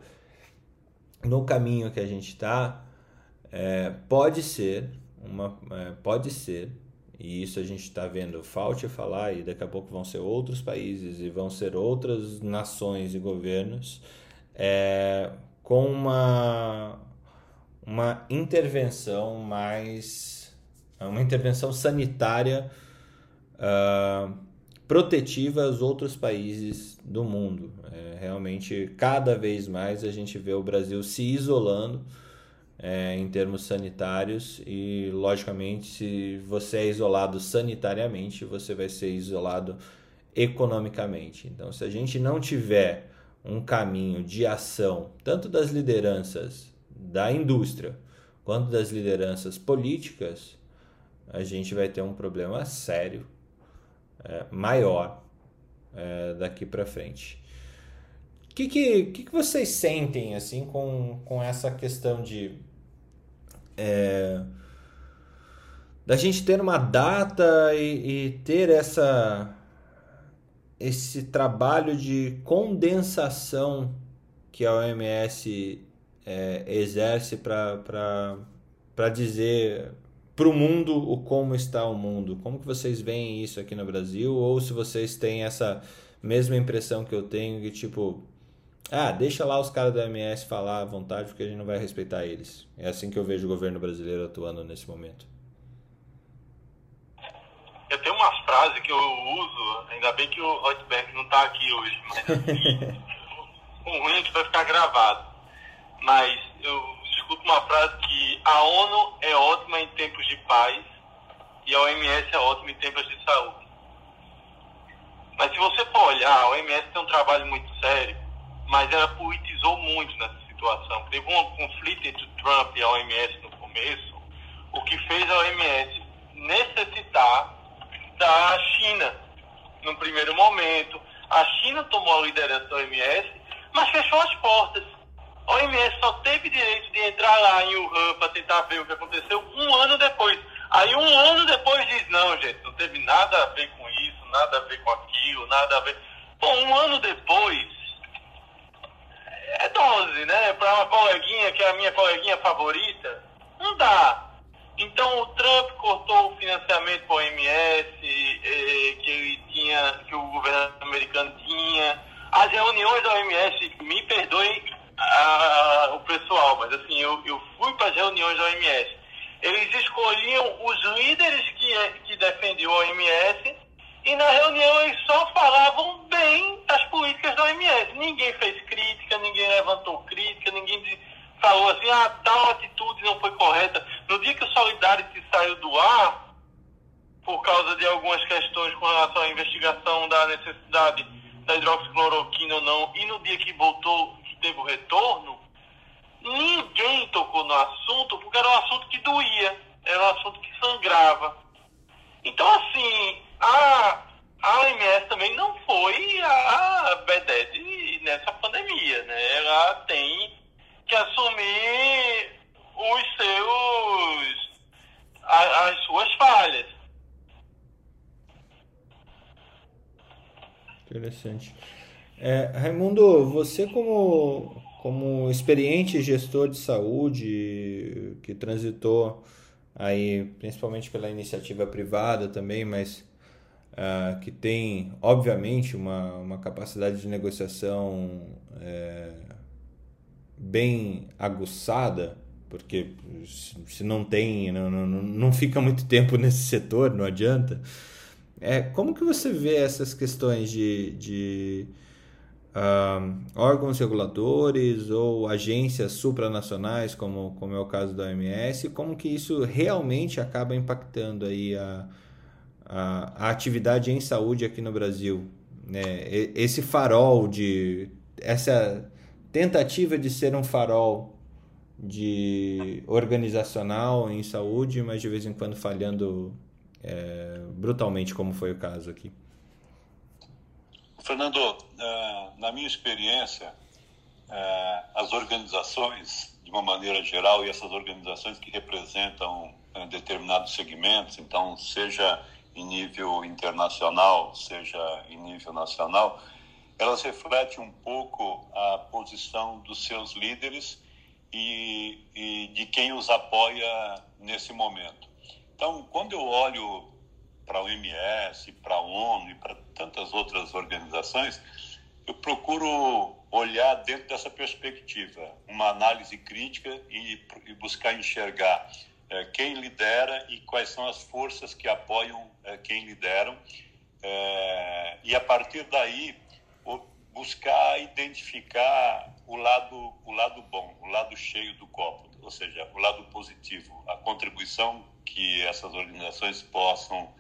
S1: no caminho que a gente está, uh, pode ser, uma, uh, pode ser, e isso a gente está vendo Fauci falar, e daqui a pouco vão ser outros países e vão ser outras nações e governos, uh, com uma, uma intervenção mais, uma intervenção sanitária uh, protetiva aos outros países do mundo. É, realmente, cada vez mais a gente vê o Brasil se isolando é, em termos sanitários e, logicamente, se você é isolado sanitariamente, você vai ser isolado economicamente. Então, se a gente não tiver um caminho de ação, tanto das lideranças da indústria quanto das lideranças políticas, a gente vai ter um problema sério, é, maior, é, daqui para frente. O que, que, que, que vocês sentem assim, com, com essa questão de é, da gente ter uma data e, e ter essa... esse trabalho de condensação que a O M S é, exerce para dizer para o mundo o como está o mundo? Como que vocês veem isso aqui no Brasil? Ou se vocês têm essa mesma impressão que eu tenho, que tipo, ah, deixa lá os caras da O M S falar à vontade porque a gente não vai respeitar eles. É assim que eu vejo o governo brasileiro atuando nesse momento.
S5: Eu tenho umas frases que eu uso, ainda bem que o Rotberg não está aqui hoje, mas assim, o ruim é que vai ficar gravado. Mas eu escuto uma frase que a ONU é ótima em tempos de paz e a O M S é ótima em tempos de saúde. Mas se você for olhar, a O M S tem um trabalho muito sério, mas ela politizou muito nessa situação. Teve um conflito entre o Trump e a O M S no começo, o que fez a O M S necessitar da China, no primeiro momento. A China tomou a liderança da O M S, mas fechou as portas. A O M S só teve direito de entrar lá em Wuhan para tentar ver o que aconteceu um ano depois. Aí um ano depois diz, não, gente, não teve nada a ver com isso, nada a ver com aquilo, nada a ver... Bom, um ano depois, é dose, né? Para uma coleguinha, que é a minha coleguinha favorita, não dá. Então o Trump cortou o financiamento para o O M S eh, que ele tinha, que o governo americano tinha. As reuniões da O M S, me perdoem a, o pessoal, mas assim, eu, eu fui para as reuniões da O M S. Eles escolhiam os líderes que, que defendiam a O M S e na reunião eles só falavam bem das políticas da O M S. Ninguém fez crítica, ninguém levantou crítica, ninguém falou assim, ah, tal atitude não foi correta. No dia que o Solidarity saiu do ar, por causa de algumas questões com relação à investigação da necessidade da hidroxicloroquina ou não, e no dia que voltou, que teve o retorno, ninguém tocou no assunto, porque era um assunto que doía, era um assunto que sangrava. Então, assim, a, a O M S também não foi a B D E D nessa pandemia, né? Ela tem que assumir os seus, a, as suas falhas.
S1: Interessante. É, Raimundo, você como, como experiente gestor de saúde que transitou aí principalmente pela iniciativa privada também, mas uh, que tem obviamente uma, uma capacidade de negociação é, bem aguçada, porque se não tem, não, não, não fica muito tempo nesse setor, não adianta. É, como que você vê essas questões de, de uh, órgãos reguladores ou agências supranacionais, como, como é o caso da O M S, como que isso realmente acaba impactando aí a, a, a atividade em saúde aqui no Brasil? Né? Esse farol, de essa tentativa de ser um farol de organizacional em saúde, mas de vez em quando falhando É, brutalmente, como foi o caso aqui.
S4: Fernando, uh, na minha experiência, uh, as organizações, de uma maneira geral, e essas organizações que representam uh, determinados segmentos, então, seja em nível internacional, seja em nível nacional, elas refletem um pouco a posição dos seus líderes e, e de quem os apoia nesse momento. Então, quando eu olho para a O M S, para a ONU e para tantas outras organizações, eu procuro olhar dentro dessa perspectiva, uma análise crítica e, e buscar enxergar é, quem lidera e quais são as forças que apoiam é, quem lideram. É, e, a partir daí, o, buscar identificar o lado, o lado bom, o lado cheio do copo, ou seja, o lado positivo, a contribuição que essas organizações possam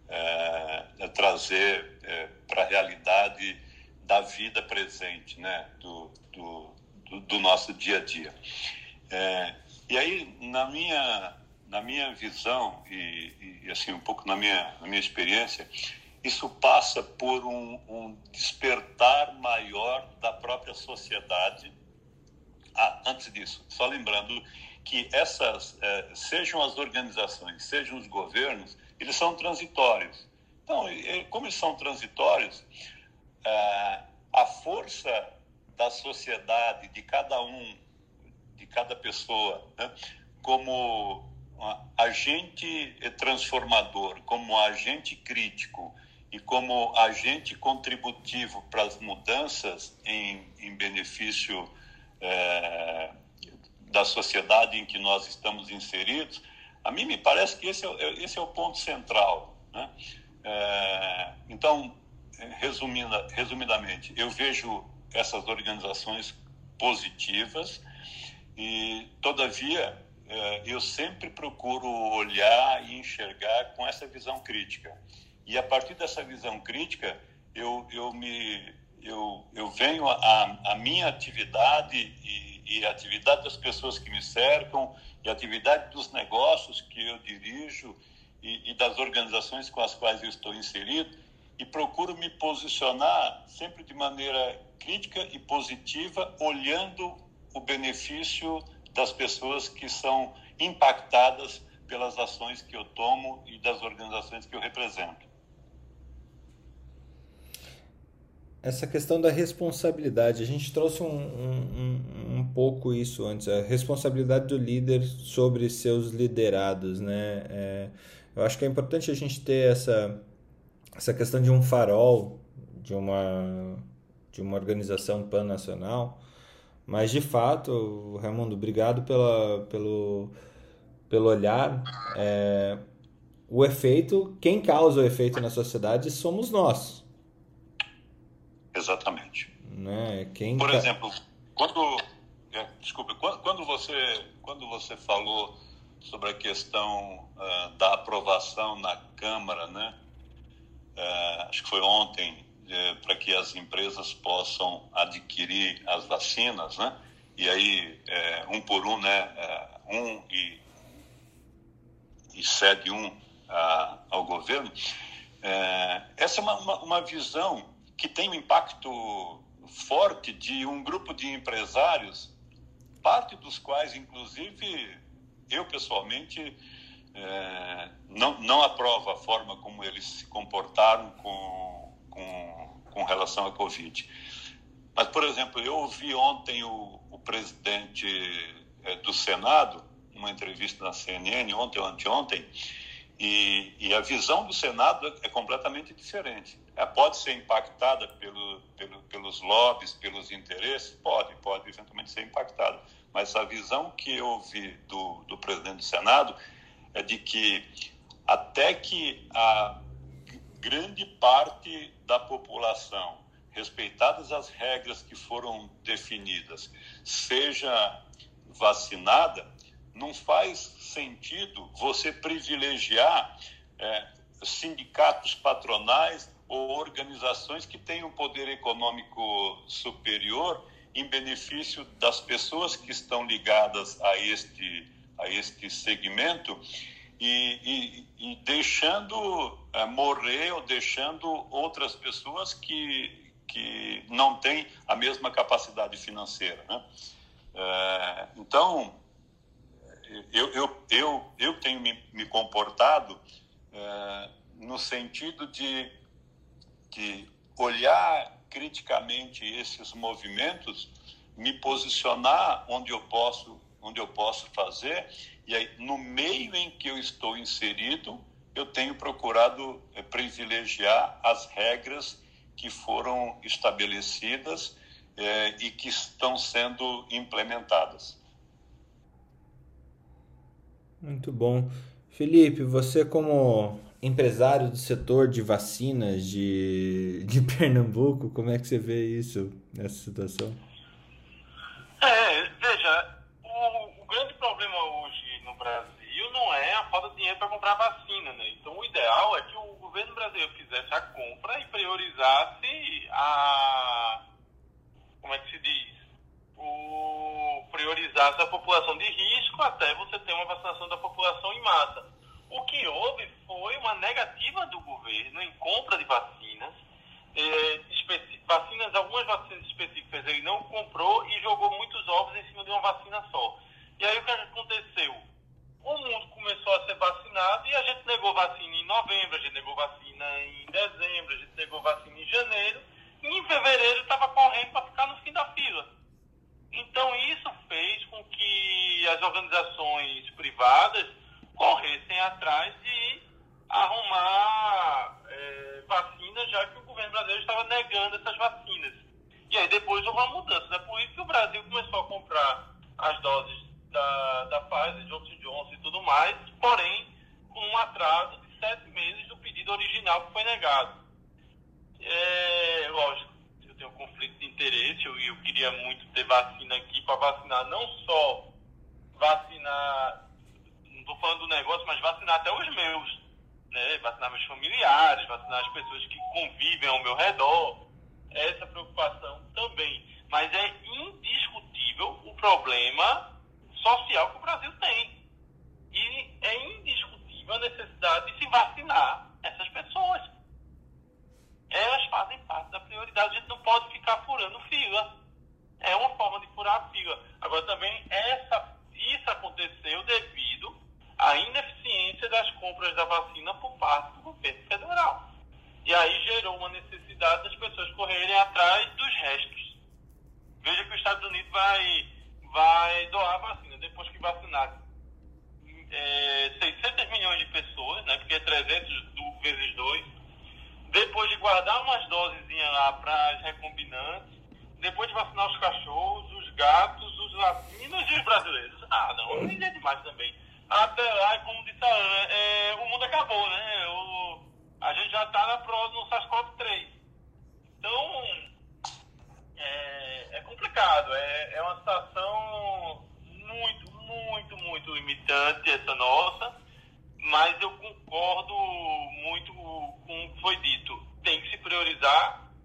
S4: é, trazer é, para a realidade da vida presente, né, do, do, do, do nosso dia a dia. É, e aí, na minha, na minha visão e, e assim, um pouco na minha, na minha experiência, isso passa por um, um despertar maior da própria sociedade. Ah, antes disso, só lembrando que essas, eh, sejam as organizações, sejam os governos, eles são transitórios. Então, como eles são transitórios, eh, a força da sociedade, de cada um, de cada pessoa, né, como agente transformador, como agente crítico e como agente contributivo para as mudanças em, em benefício eh, da sociedade em que nós estamos inseridos, a mim me parece que esse é, esse é o ponto central, né? É, então, resumindo, resumidamente, eu vejo essas organizações positivas e, todavia, é, eu sempre procuro olhar e enxergar com essa visão crítica. E, a partir dessa visão crítica, eu, eu, me, eu, eu venho a, a minha atividade e e a atividade das pessoas que me cercam, e a atividade dos negócios que eu dirijo e, e das organizações com as quais eu estou inserido, e procuro me posicionar sempre de maneira crítica e positiva, olhando o benefício das pessoas que são impactadas pelas ações que eu tomo e das organizações que eu represento.
S1: Essa questão da responsabilidade, a gente trouxe um, um, um pouco isso antes, a responsabilidade do líder sobre seus liderados, né? É, eu acho que é importante a gente ter essa, essa questão de um farol, de uma, de uma organização pan-nacional, mas de fato, Raimundo, obrigado pela, pelo, pelo olhar. É, o efeito, quem causa o efeito na sociedade somos nós.
S4: Exatamente.
S1: Né? Quem
S4: Por
S1: ca...
S4: exemplo, quando, é, desculpe, quando você, quando você falou sobre a questão uh, da aprovação na Câmara, né? Uh, acho que foi ontem, é, para que as empresas possam adquirir as vacinas, né? E aí, é, um por um, né? É, um e, e cede um a, ao governo. É, essa é uma, uma, uma visão que tem um impacto forte de um grupo de empresários, parte dos quais, inclusive, eu pessoalmente é, não, não aprovo a forma como eles se comportaram com, com, com relação à Covid. Mas, por exemplo, eu ouvi ontem o, o presidente é, do Senado, numa entrevista na C N N, ontem ou anteontem, e, e a visão do Senado é completamente diferente. Ela pode ser impactada pelo, pelo, pelos lobbies, pelos interesses? Pode, pode eventualmente ser impactada. Mas a visão que eu ouvi do, do presidente do Senado é de que até que a grande parte da população, respeitadas as regras que foram definidas, seja vacinada, não faz sentido você privilegiar é, sindicatos patronais ou organizações que têm um poder econômico superior em benefício das pessoas que estão ligadas a este, a este segmento e, e, e deixando é, morrer ou deixando outras pessoas que, que não têm a mesma capacidade financeira, né? É, então, eu, eu, eu, eu tenho me, me comportado é, no sentido de, de olhar criticamente esses movimentos, me posicionar onde eu posso, onde eu posso fazer, e aí, no meio em que eu estou inserido, eu tenho procurado é, privilegiar as regras que foram estabelecidas é, e que estão sendo implementadas.
S1: Muito bom. Felipe, você como empresário do setor de vacinas de, de Pernambuco, como é que você vê isso, nessa situação?
S5: É, veja, o, o grande problema hoje no Brasil não é a falta de dinheiro para comprar vacina, né? Então, o ideal é que o governo brasileiro fizesse a compra e priorizasse a... como é que se diz? O, priorizasse a população de risco até você ter uma vacinação da população em massa. O que houve foi uma negativa do governo em compra de vacinas, eh, especi- vacinas, algumas vacinas específicas ele não comprou e jogou muitos ovos em cima de uma vacina só. E aí o que aconteceu? O mundo começou a ser vacinado e a gente negou vacina em novembro, a gente negou vacina em dezembro, a gente negou vacina em janeiro, e em fevereiro estava correndo para ficar no fim da fila. Então isso fez com que as organizações privadas corressem atrás de arrumar é, vacinas, já que o governo brasileiro estava negando essas vacinas. E aí depois houve uma mudança. É por isso que o Brasil começou a comprar as doses da, da Pfizer, Johnson and Johnson e tudo mais, porém com um atraso de sete meses do pedido original que foi negado. É, lógico, eu tenho um conflito de interesse, eu, eu queria muito ter vacina aqui para vacinar, não só vacinar, não estou falando do negócio, mas vacinar até os meus, né? Vacinar meus familiares, vacinar as pessoas que convivem ao meu redor, essa preocupação também. Mas é indiscutível o problema social que o Brasil tem. E é indiscutível a necessidade de se vacinar essas pessoas. Elas fazem parte da prioridade. A gente não pode ficar furando fila. É uma forma de furar a fila. Agora também, essa, isso aconteceu devido à ineficiência das compras da vacina por parte do governo federal. E aí gerou uma necessidade das pessoas correrem atrás dos restos. Veja que os Estados Unidos vai, vai doar a vacina. Depois que vacinar é, seiscentos milhões de pessoas, né, porque é trezentos vezes dois, depois de guardar umas dosezinhas lá para as recombinantes, depois de vacinar os cachorros, os gatos, os latinos e os brasileiros. Ah, não, nem é demais também. Até lá, como disse a Ana, é, o mundo acabou, né? O, a gente já está na prova no SARS-CoV três. Então, é, é complicado. É, é uma situação muito, muito, muito limitante essa nossa, mas eu concordo muito com o que foi dito. Tem que se priorizar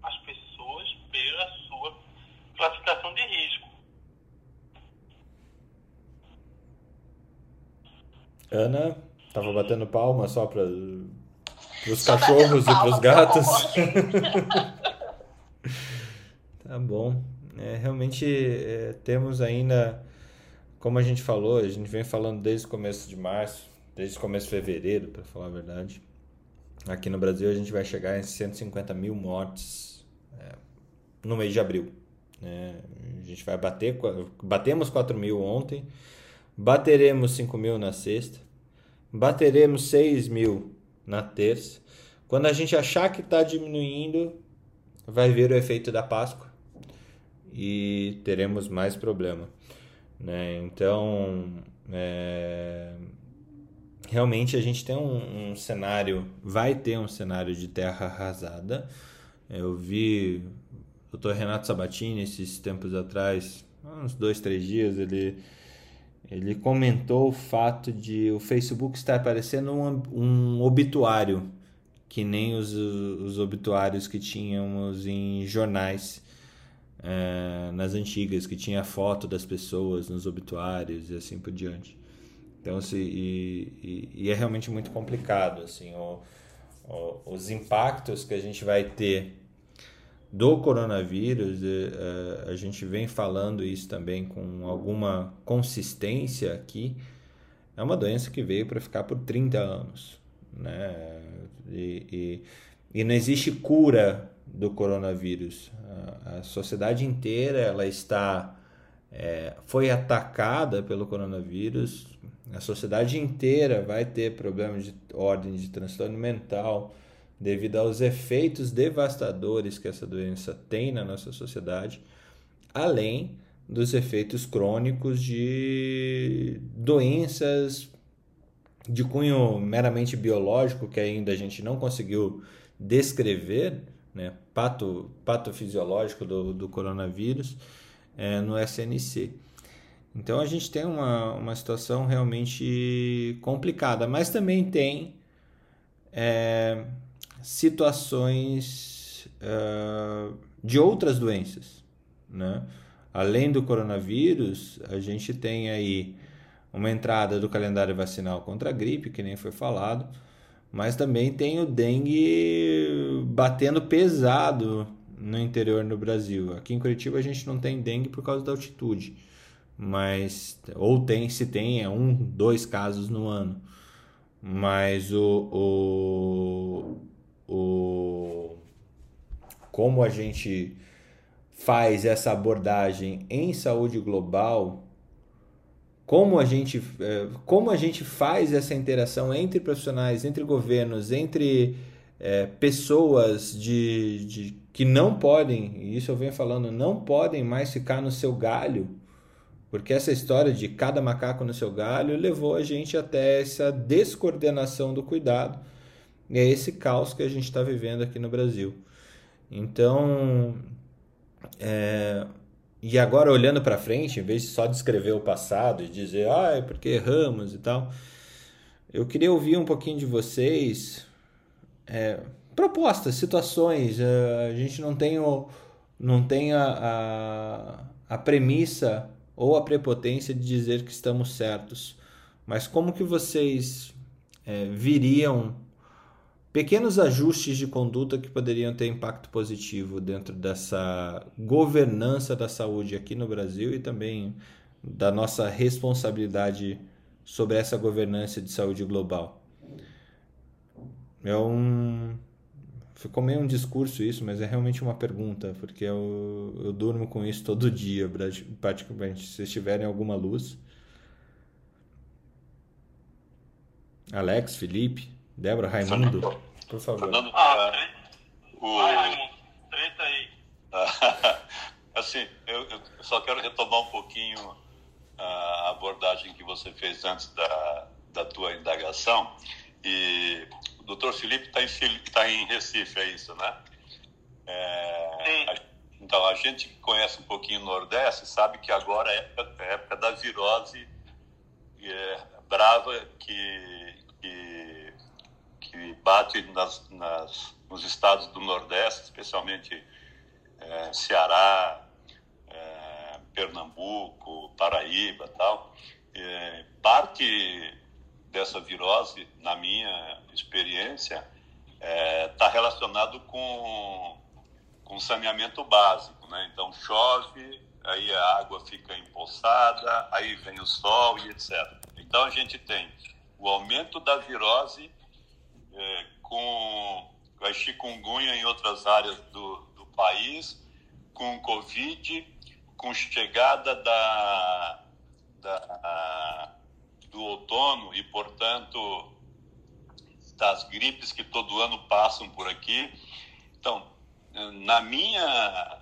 S5: classificação de risco.
S1: Ana, tava batendo palma só para os
S2: Só
S1: cachorros
S2: batendo
S1: e para os
S2: palma,
S1: gatos. Tá bom. É, realmente é, temos ainda, como a gente falou, a gente vem falando desde o começo de março, desde o começo de fevereiro, para falar a verdade. Aqui no Brasil a gente vai chegar em cento e cinquenta mil mortes é, no mês de abril. Né? A gente vai bater, batemos quatro mil ontem, bateremos cinco mil na sexta, bateremos seis mil na terça. Quando a gente achar que está diminuindo, vai vir o efeito da Páscoa e teremos mais problema. Né? Então, é... realmente a gente tem um, um cenário, vai ter um cenário de terra arrasada. Eu vi o doutor Renato Sabatini esses tempos atrás, uns dois, três dias, ele, ele comentou o fato de o Facebook estar parecendo um, um obituário, que nem os, os obituários que tínhamos em jornais é, nas antigas, que tinha foto das pessoas nos obituários e assim por diante. Então, se, e, e, e é realmente muito complicado, assim, o, o, os impactos que a gente vai ter do coronavírus, a gente vem falando isso também com alguma consistência aqui, é uma doença que veio para ficar por trinta anos, né? E, e, e não existe cura do coronavírus. A, a sociedade inteira ela está, é, foi atacada pelo coronavírus. A sociedade inteira vai ter problemas de ordem de transtorno mental devido aos efeitos devastadores que essa doença tem na nossa sociedade, além dos efeitos crônicos de doenças de cunho meramente biológico que ainda a gente não conseguiu descrever, né, pato, patofisiológico do, do coronavírus é, no S N C. Então a gente tem uma, uma situação realmente complicada, mas também tem é, situações uh, de outras doenças, né? Além do coronavírus, a gente tem aí uma entrada do calendário vacinal contra a gripe, que nem foi falado, mas também tem o dengue batendo pesado no interior do Brasil. Aqui em Curitiba a gente não tem dengue por causa da altitude, mas ou tem, se tem, é um, dois casos no ano. Mas o, o, o como a gente faz essa abordagem em saúde global, como a gente, como a gente faz essa interação entre profissionais, entre governos, entre é, pessoas de, de, que não podem, e isso eu venho falando, não podem mais ficar no seu galho, porque essa história de cada macaco no seu galho levou a gente até essa descoordenação do cuidado, e é esse caos que a gente está vivendo aqui no Brasil. Então, é, e agora olhando para frente, em vez de só descrever o passado e dizer, ah, é porque erramos e tal, eu queria ouvir um pouquinho de vocês, é, propostas, situações. A gente não tem, o, não tem a, a, a premissa ou a prepotência de dizer que estamos certos, mas como que vocês é, viriam pequenos ajustes de conduta que poderiam ter impacto positivo dentro dessa governança da saúde aqui no Brasil e também da nossa responsabilidade sobre essa governança de saúde global? É um... Ficou meio um discurso isso, mas é realmente uma pergunta, porque eu, eu durmo com isso todo dia, praticamente. Se vocês tiverem alguma luz. Alex, Felipe, Débora, Raimundo, por favor.
S4: Fernando,
S5: Ah,
S4: o...
S5: vai, Raimundo, treta aí.
S4: Assim, eu, eu só quero retomar um pouquinho a abordagem que você fez antes da, da tua indagação. E o doutor Felipe está em, tá em Recife, é isso, né? É,
S5: Sim.
S4: A, então, a gente que conhece um pouquinho o Nordeste sabe que agora é época, é época da virose é, brava que, que, que bate nas, nas, nos estados do Nordeste, especialmente é, Ceará, é, Pernambuco, Paraíba e tal. É, parte dessa virose, na minha experiência, está é, relacionado com, com saneamento básico, né? Então chove, aí a água fica empoçada, aí vem o sol e etcétera. Então a gente tem o aumento da virose é, com a chikungunya em outras áreas do, do país, com Covid, com chegada da, da, do outono e, portanto, das gripes que todo ano passam por aqui. Então, na minha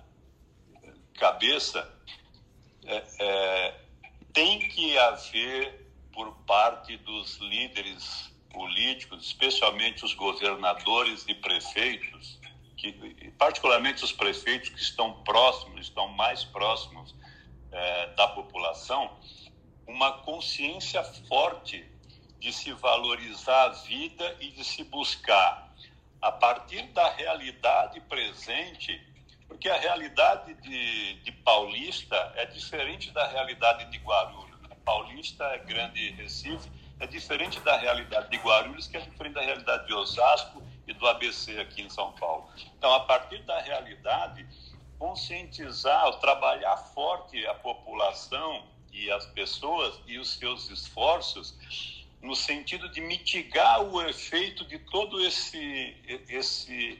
S4: cabeça, é, é, tem que haver, por parte dos líderes políticos, especialmente os governadores e prefeitos, que, particularmente os prefeitos que estão próximos, estão mais próximos é, da população, uma consciência forte de se valorizar a vida e de se buscar, a partir da realidade presente, porque a realidade de, de Paulista é diferente da realidade de Guarulhos. Paulista é Grande Recife, é diferente da realidade de Guarulhos, que é diferente da realidade de Osasco e do A B C aqui em São Paulo. Então, a partir da realidade, conscientizar, trabalhar forte a população e as pessoas e os seus esforços no sentido de mitigar o efeito de todo esse esse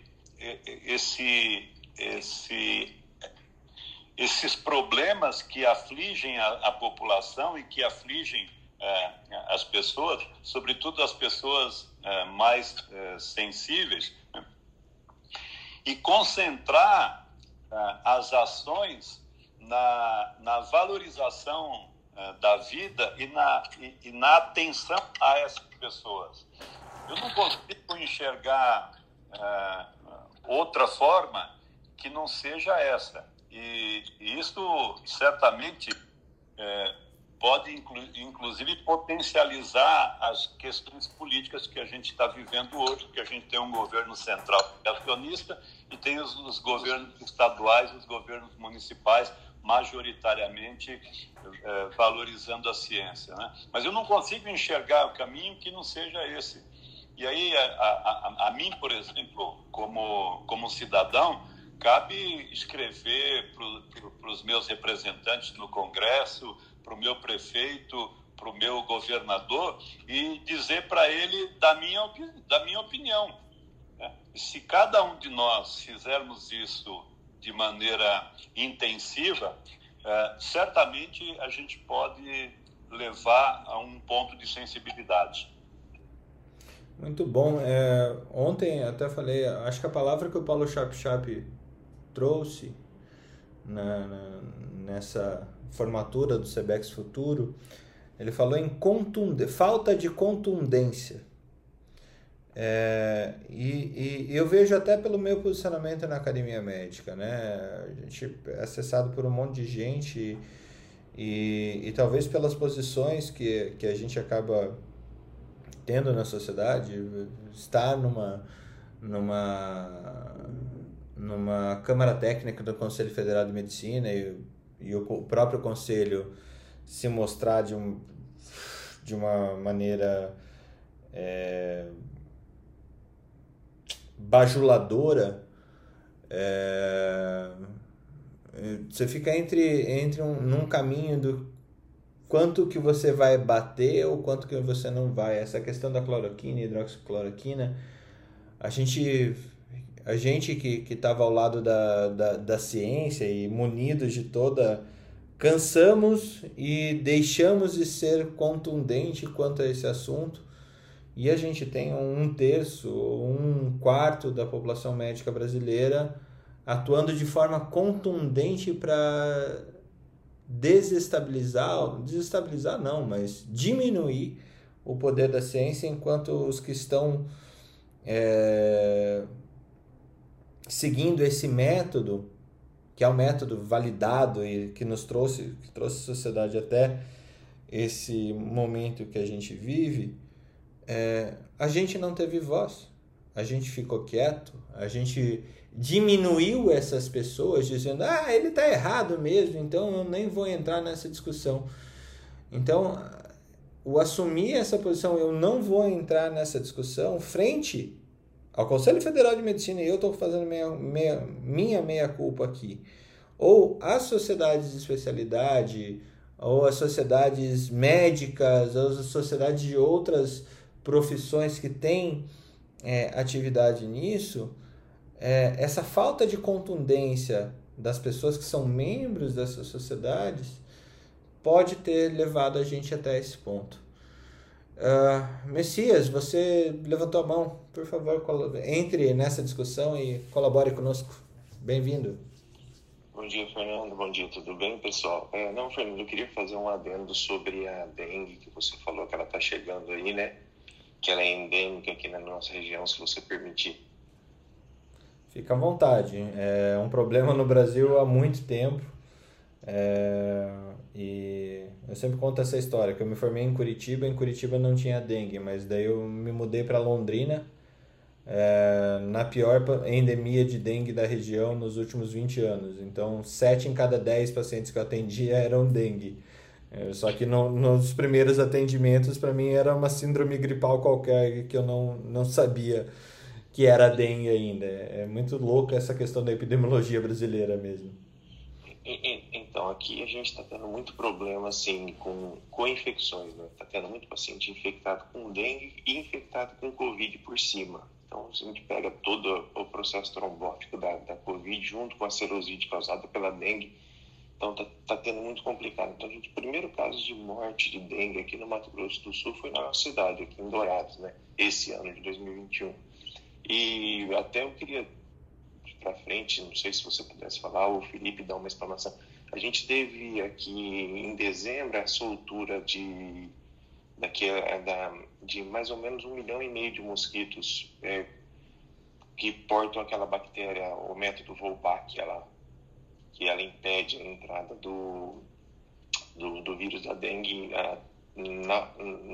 S4: esse esse esses problemas que afligem a, a população e que afligem é, as pessoas, sobretudo as pessoas é, mais é, sensíveis, né? E concentrar é, as ações na, na valorização é, da vida e na, e, e na atenção a essas pessoas. Eu não consigo enxergar é, outra forma que não seja essa. E, e isso certamente é, pode, inclu, inclusive, potencializar as questões políticas que a gente está vivendo hoje, porque a gente tem um governo central acionista e tem os, os governos estaduais, os governos municipais, majoritariamente é, valorizando a ciência, né? Mas eu não consigo enxergar o caminho que não seja esse. E aí, a, a, a mim, por exemplo, como, como cidadão, cabe escrever para os meus representantes no Congresso, para o meu prefeito, para o meu governador, e dizer para ele da minha, da minha opinião, né? Se cada um de nós fizermos isso de maneira intensiva, é, certamente a gente pode levar a um ponto de sensibilidade.
S1: Muito bom. É, ontem até falei, acho que a palavra que o Paulo Chap Chap trouxe na, na, nessa formatura do Sebex Futuro, ele falou em contundência, falta de contundência. É, e, e eu vejo até pelo meu posicionamento na academia médica, né? A gente é acessado por um monte de gente e, e, e talvez pelas posições que, que a gente acaba tendo na sociedade, estar numa, numa, numa Câmara Técnica do Conselho Federal de Medicina e, e o próprio Conselho se mostrar de, um, de uma maneira é, bajuladora, é, você fica entre, entre um, num caminho do quanto que você vai bater ou quanto que você não vai. Essa questão da cloroquina e hidroxicloroquina, a gente, a gente que estava ao lado da, da, da ciência e munidos de toda... Cansamos e deixamos de ser contundente quanto a esse assunto, e a gente tem um terço, um quarto da população médica brasileira atuando de forma contundente para desestabilizar, desestabilizar não, mas diminuir o poder da ciência, enquanto os que estão é, seguindo esse método, que é um método validado e que nos trouxe, que trouxe a sociedade até esse momento que a gente vive, é, a gente não teve voz. a gente ficou quieto, a gente diminuiu essas pessoas dizendo, ah, ele está errado mesmo, então eu nem vou entrar nessa discussão. Então, o assumir essa posição, eu não vou entrar nessa discussão, frente ao Conselho Federal de Medicina, e eu estou fazendo minha, minha, minha meia-culpa aqui, ou as sociedades de especialidade, ou as sociedades médicas, ou as sociedades de outras profissões que têm é, atividade nisso, é, essa falta de contundência das pessoas que são membros dessas sociedades pode ter levado a gente até esse ponto. Uh, Messias, você levantou a mão, por favor, entre nessa discussão e colabore conosco. Bem-vindo.
S7: Bom dia, Fernando. Bom dia, tudo bem, pessoal? É, não, Fernando, eu queria fazer um adendo sobre a dengue, que você falou que ela está chegando aí, né? Que ela é endêmica aqui na nossa região, se você permitir.
S1: Fica à vontade. É um problema no Brasil há muito tempo. É... E eu sempre conto essa história, que eu me formei em Curitiba, em Curitiba não tinha dengue, mas daí eu me mudei para Londrina, é, na pior endemia de dengue da região nos últimos vinte anos. Então, sete em cada dez pacientes que eu atendia eram dengue. É, só que no, nos primeiros atendimentos, para mim, era uma síndrome gripal qualquer que eu não, não sabia que era dengue ainda. É muito louco essa questão da epidemiologia brasileira mesmo.
S7: Então, aqui a gente está tendo muito problema, assim, com, com infecções, né? Está tendo muito paciente infectado com dengue e infectado com Covid por cima. Então, se a gente pega todo o processo trombótico da, da Covid junto com a serosite causada pela dengue, então está tá tendo muito complicado. Então, a gente, o primeiro caso de morte de dengue aqui no Mato Grosso do Sul foi na nossa cidade, aqui em Dourados, né? Esse ano de dois mil e vinte e um. E até eu queria... para frente, não sei se você pudesse falar, ou o Felipe dar uma explanação. A gente teve aqui em dezembro a soltura de, daqui, da, de mais ou menos um milhão e meio de mosquitos é, que portam aquela bactéria, o método Wolbach, ela, que ela impede a entrada do, do, do vírus da dengue na, na,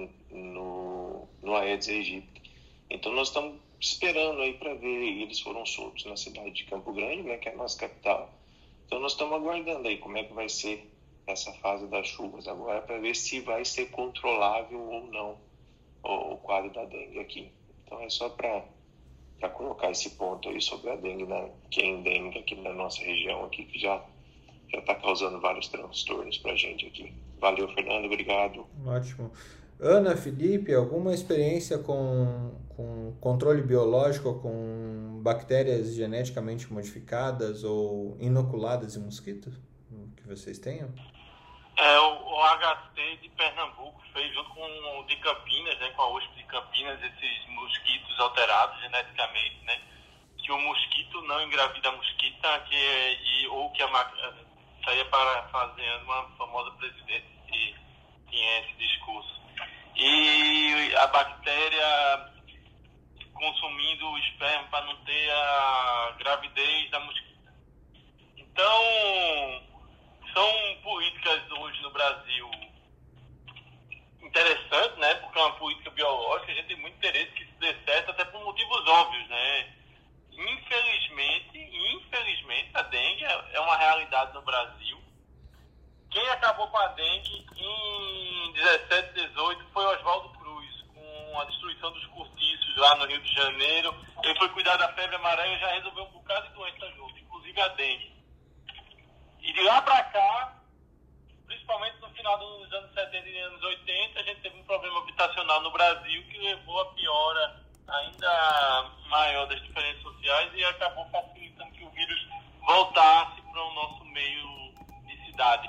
S7: no, no Aedes aegypti. Então nós estamos esperando aí para ver, eles foram soltos na cidade de Campo Grande, né, que é a nossa capital. Então nós estamos aguardando aí como é que vai ser essa fase das chuvas agora, para ver se vai ser controlável ou não o, o quadro da dengue aqui. Então é só para para colocar esse ponto aí sobre a dengue, na, que é endêmica aqui na nossa região aqui, que já já está causando vários transtornos para a gente aqui. Valeu, Fernando, obrigado.
S1: Ótimo. Ana, Felipe, alguma experiência com, com controle biológico com bactérias geneticamente modificadas ou inoculadas em mosquitos que vocês tenham?
S5: É, o, o H C de Pernambuco fez junto com o de Campinas, né, com a U S P de Campinas, esses mosquitos alterados geneticamente, né? Que o mosquito não engravida a mosquita, que é, e, ou que a máquina saía parafraseando uma famosa presidente que tinha esse discurso. E a bactéria consumindo o esperma para não ter a gravidez da mosquita. Então, são políticas hoje no Brasil interessantes, né? Porque é uma política biológica, a gente tem muito interesse que isso dê certo, até por motivos óbvios, né? Infelizmente, infelizmente, a dengue é uma realidade no Brasil. Quem acabou com a dengue em dezessete, dezoito foi Oswaldo Cruz, com a destruição dos cortiços lá no Rio de Janeiro. Ele foi cuidar da febre amarela e já resolveu um bocado de doenças junto, inclusive a dengue. E de lá para cá, principalmente no final dos anos setenta e anos oitenta, a gente teve um problema habitacional no Brasil que levou a piora ainda maior das diferenças sociais e acabou facilitando que o vírus voltasse para o nosso meio de cidade.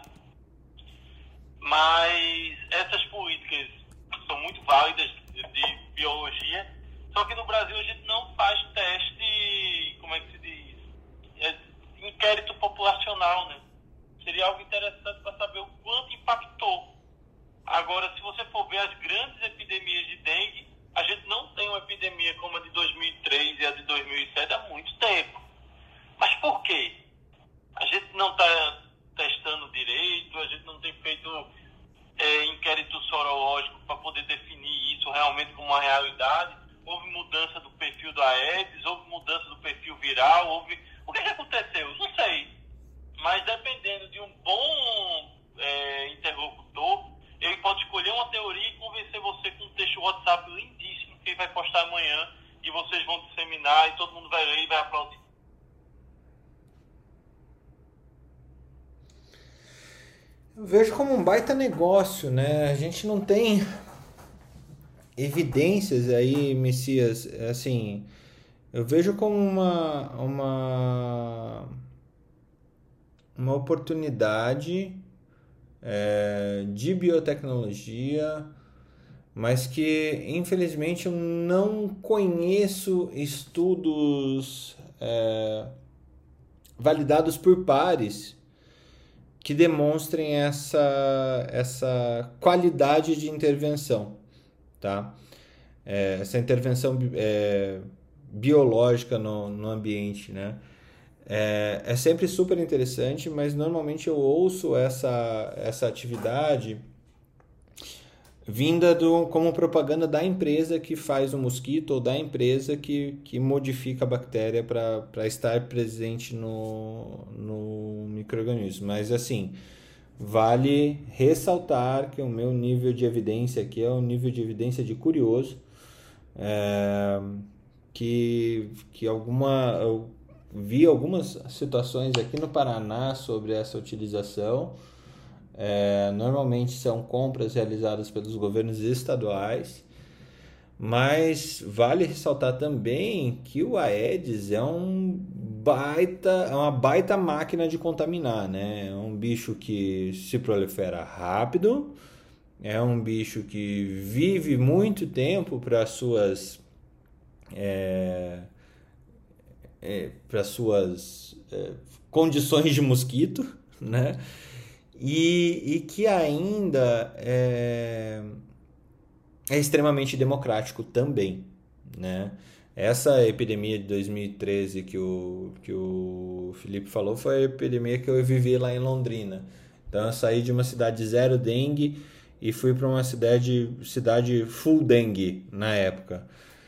S5: Mas essas políticas são muito válidas de, de biologia, só que no Brasil a gente não faz teste, como é que se diz, é, inquérito populacional, né? Seria algo interessante para saber o quanto impactou. Agora, se você for ver as grandes epidemias de dengue, a gente não tem uma epidemia como a de dois mil e três e a de dois mil e sete há muito tempo. Mas por quê? A gente não está testando direito, a gente não tem feito é, inquérito sorológico para poder definir isso realmente como uma realidade, houve mudança do perfil do Aedes, houve mudança do perfil viral, houve... O que, que aconteceu? Não sei. Mas dependendo de um bom é, interlocutor, ele pode escolher uma teoria e convencer você com um texto WhatsApp lindíssimo que ele vai postar amanhã e vocês vão disseminar e todo mundo vai ler e vai aplaudir.
S1: Eu vejo como um baita negócio, né? A gente não tem evidências aí, Messias, assim, eu vejo como uma, uma, uma oportunidade é, de biotecnologia, mas que, infelizmente, eu não conheço estudos é, validados por pares que demonstrem essa, essa qualidade de intervenção, tá? É, essa intervenção é, biológica no, no ambiente, né? É, é sempre super interessante, mas normalmente eu ouço essa, essa atividade vinda do, como propaganda da empresa que faz o mosquito ou da empresa que, que modifica a bactéria para estar presente no, no micro-organismo. Mas, assim, vale ressaltar que o meu nível de evidência aqui é um nível de evidência de curioso, é, que, que alguma, eu vi algumas situações aqui no Paraná sobre essa utilização. É, normalmente são compras realizadas pelos governos estaduais, mas vale ressaltar também que o Aedes é um baita, é uma baita máquina de contaminar, né? É um bicho que se prolifera rápido, é um bicho que vive muito tempo para suas é, é, para suas é, condições de mosquito, né? E, e que ainda é, é extremamente democrático também, né? Essa epidemia de dois mil e treze que o, que o Felipe falou foi a epidemia que eu vivi lá em Londrina. Então eu saí de uma cidade zero dengue e fui para uma cidade, cidade full dengue na época.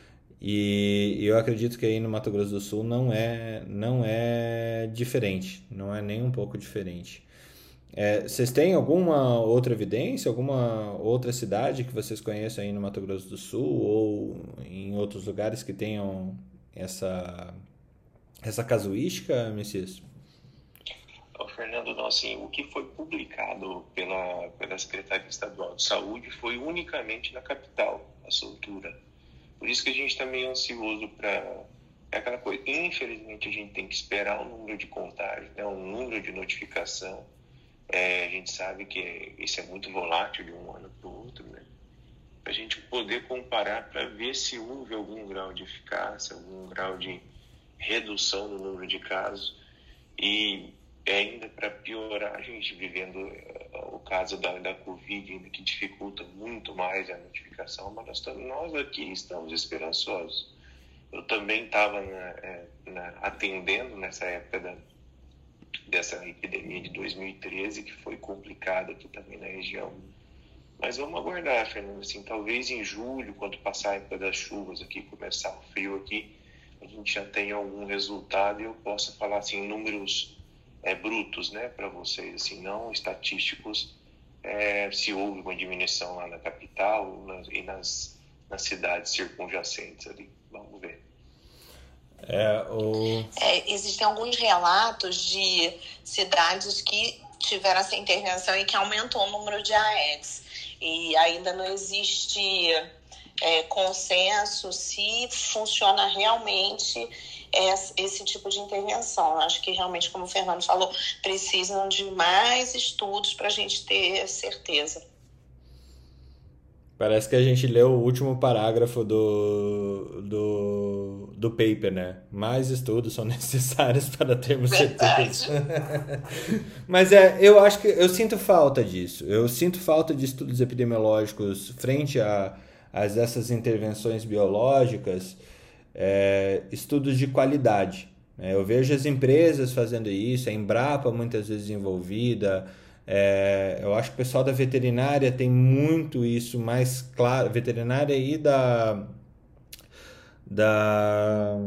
S1: E eu acredito que aí no Mato Grosso do Sul não é, não é diferente, não é nem um pouco diferente. É, vocês têm alguma outra evidência, alguma outra cidade que vocês conheçam aí no Mato Grosso do Sul ou em outros lugares que tenham essa, essa casuística, Messias?
S7: Oh, Fernando, não, assim, o que foi publicado pela, pela Secretaria Estadual de Saúde foi unicamente na capital, a soltura. Por isso que a gente está meio ansioso para... É aquela coisa, infelizmente a gente tem que esperar um número de contágio, né, um número de notificação. É, a gente sabe que isso é muito volátil de um ano para o outro, né? Para a gente poder comparar para ver se houve algum grau de eficácia, algum grau de redução no número de casos. E ainda para piorar, a gente vivendo o caso da, da Covid, ainda que dificulta muito mais a notificação, mas nós, nós aqui estamos esperançosos. Eu também estava atendendo nessa época da dessa epidemia de dois mil e treze, que foi complicada aqui também na região. Mas vamos aguardar, Fernando, assim, talvez em julho, quando passar a época das chuvas aqui, começar o frio aqui, a gente já tenha algum resultado e eu possa falar, assim, números é, brutos, né, para vocês, assim, não estatísticos, é, se houve uma diminuição lá na capital nas, e nas, nas cidades circunjacentes ali. Vamos ver.
S1: É, o...
S2: é, existem alguns relatos de cidades que tiveram essa intervenção e que aumentou o número de Aedes. E ainda não existe é, consenso se funciona realmente esse, esse tipo de intervenção. Acho que realmente, como o Fernando falou, precisam de mais estudos para a gente ter certeza.
S1: Parece que a gente leu o último parágrafo do, do, do paper, né? Mais estudos são necessários para termos certeza. Mas é, eu acho que eu sinto falta disso. Eu sinto falta de estudos epidemiológicos frente a, a essas intervenções biológicas, é, estudos de qualidade. Eu vejo as empresas fazendo isso, a Embrapa muitas vezes envolvida. É, eu acho que o pessoal da veterinária tem muito isso mais claro, veterinária e da, da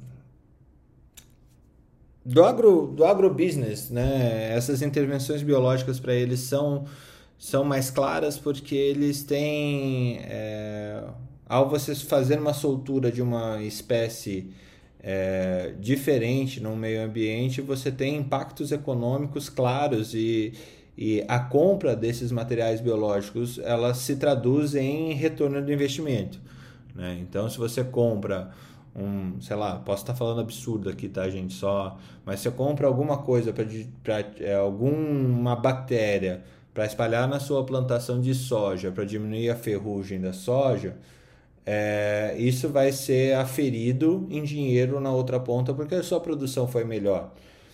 S1: do agro do agrobusiness, né? Essas intervenções biológicas para eles são são mais claras porque eles têm é, ao você fazer uma soltura de uma espécie é, diferente no meio ambiente, você tem impactos econômicos claros e, e a compra desses materiais biológicos ela se traduz em retorno do investimento, né? Então, se você compra um, sei lá, posso estar falando absurdo aqui, tá, gente? Só, mas você compra alguma coisa para é, alguma bactéria para espalhar na sua plantação de soja para diminuir a ferrugem da soja. É, isso vai ser aferido em dinheiro na outra ponta porque a sua produção foi melhor.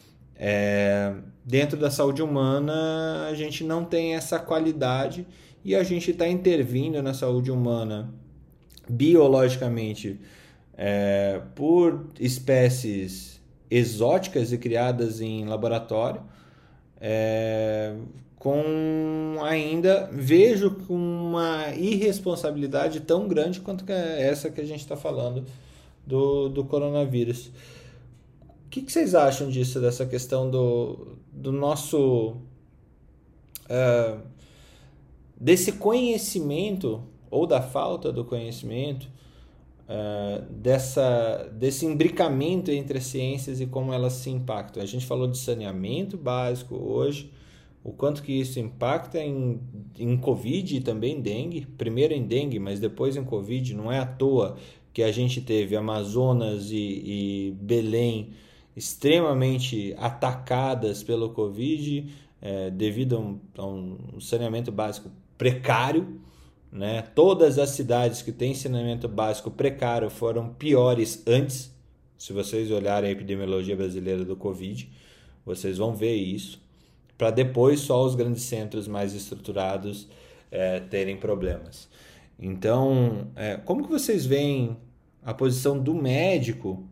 S1: É, dentro da saúde humana, a gente não tem essa qualidade e a gente está intervindo na saúde humana biologicamente é, por espécies exóticas e criadas em laboratório. É, com ainda vejo com uma irresponsabilidade tão grande quanto que é essa que a gente está falando do, do coronavírus. O que, que vocês acham disso, dessa questão do, do nosso uh, desse conhecimento ou da falta do conhecimento, uh, dessa, desse imbricamento entre as ciências e como elas se impactam? A gente falou de saneamento básico hoje, o quanto que isso impacta em, em Covid e também dengue, primeiro em dengue, mas depois em Covid. Não é à toa que a gente teve Amazonas e, e Belém extremamente atacadas pelo Covid, é, devido a um, a um saneamento básico precário, né? Todas as cidades que têm saneamento básico precário foram piores antes. Se vocês olharem a epidemiologia brasileira do Covid, vocês vão ver isso, para depois só os grandes centros mais estruturados é, terem problemas. Então, é, como que vocês veem a posição do médico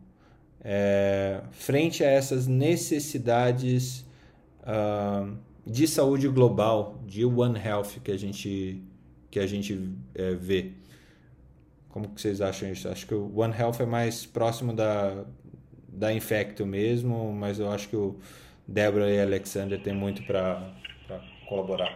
S1: é, frente a essas necessidades uh, de saúde global, de One Health que a gente, que a gente é, vê? Como que vocês acham isso? Acho que o One Health é mais próximo da, da Infecto mesmo, mas eu acho que o Débora e Alexander têm muito para colaborar.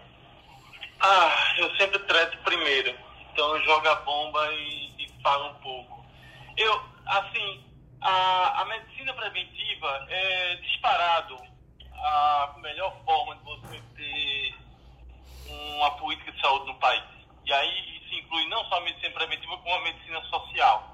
S5: Ah, eu sempre trato primeiro. Então eu jogo a bomba e, e falo um pouco. Eu, assim, a, a medicina preventiva é disparado a melhor forma de você ter uma política de saúde no país. E aí isso inclui não só a medicina preventiva, como a medicina social.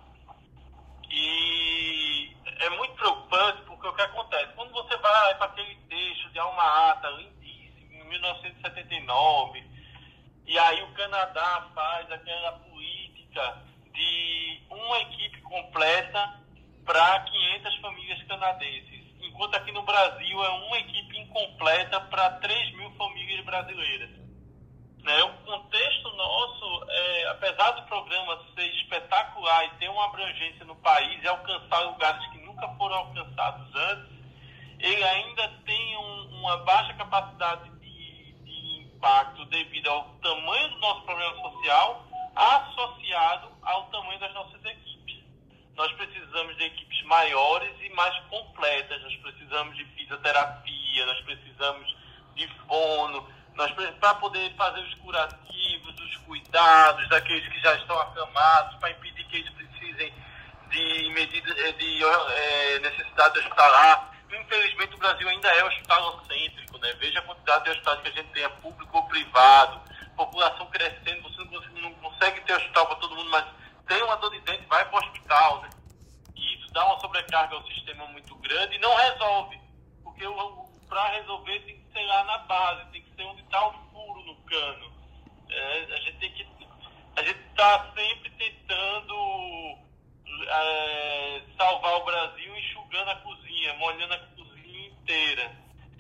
S5: E é muito preocupante porque o que acontece? Quando você vai para aquele texto de Alma Ata, lindíssimo, em mil novecentos e setenta e nove, e aí o Canadá faz aquela política de uma equipe completa para quinhentas famílias canadenses, enquanto aqui no Brasil é uma equipe incompleta para três mil famílias brasileiras. Né? O contexto nosso, é, apesar do programa ser espetacular e ter uma abrangência no país e alcançar lugares que nunca foram alcançados antes, ele ainda tem um, uma baixa capacidade de, de impacto devido ao tamanho do nosso problema social associado ao tamanho das nossas equipes. Nós precisamos de equipes maiores e mais completas, nós precisamos de fisioterapia, nós precisamos de fono, para poder fazer os curativos, os cuidados daqueles que já estão acamados, para impedir que eles precisem de, medida, de é, necessidade hospitalar. Infelizmente, o Brasil ainda é hospitalocêntrico, né? Veja a quantidade de hospitais que a gente tem, público ou privado, população crescendo, você não, não consegue ter hospital para todo mundo, mas tem uma dor de dente, vai para o hospital, né? E isso dá uma sobrecarga ao sistema muito grande e não resolve, porque para resolver tem que ser lá na base, tem que ser onde está o furo no cano. É, a gente tem que, a gente está sempre tentando é, salvar o Brasil enxugando a cozinha, molhando a cozinha inteira.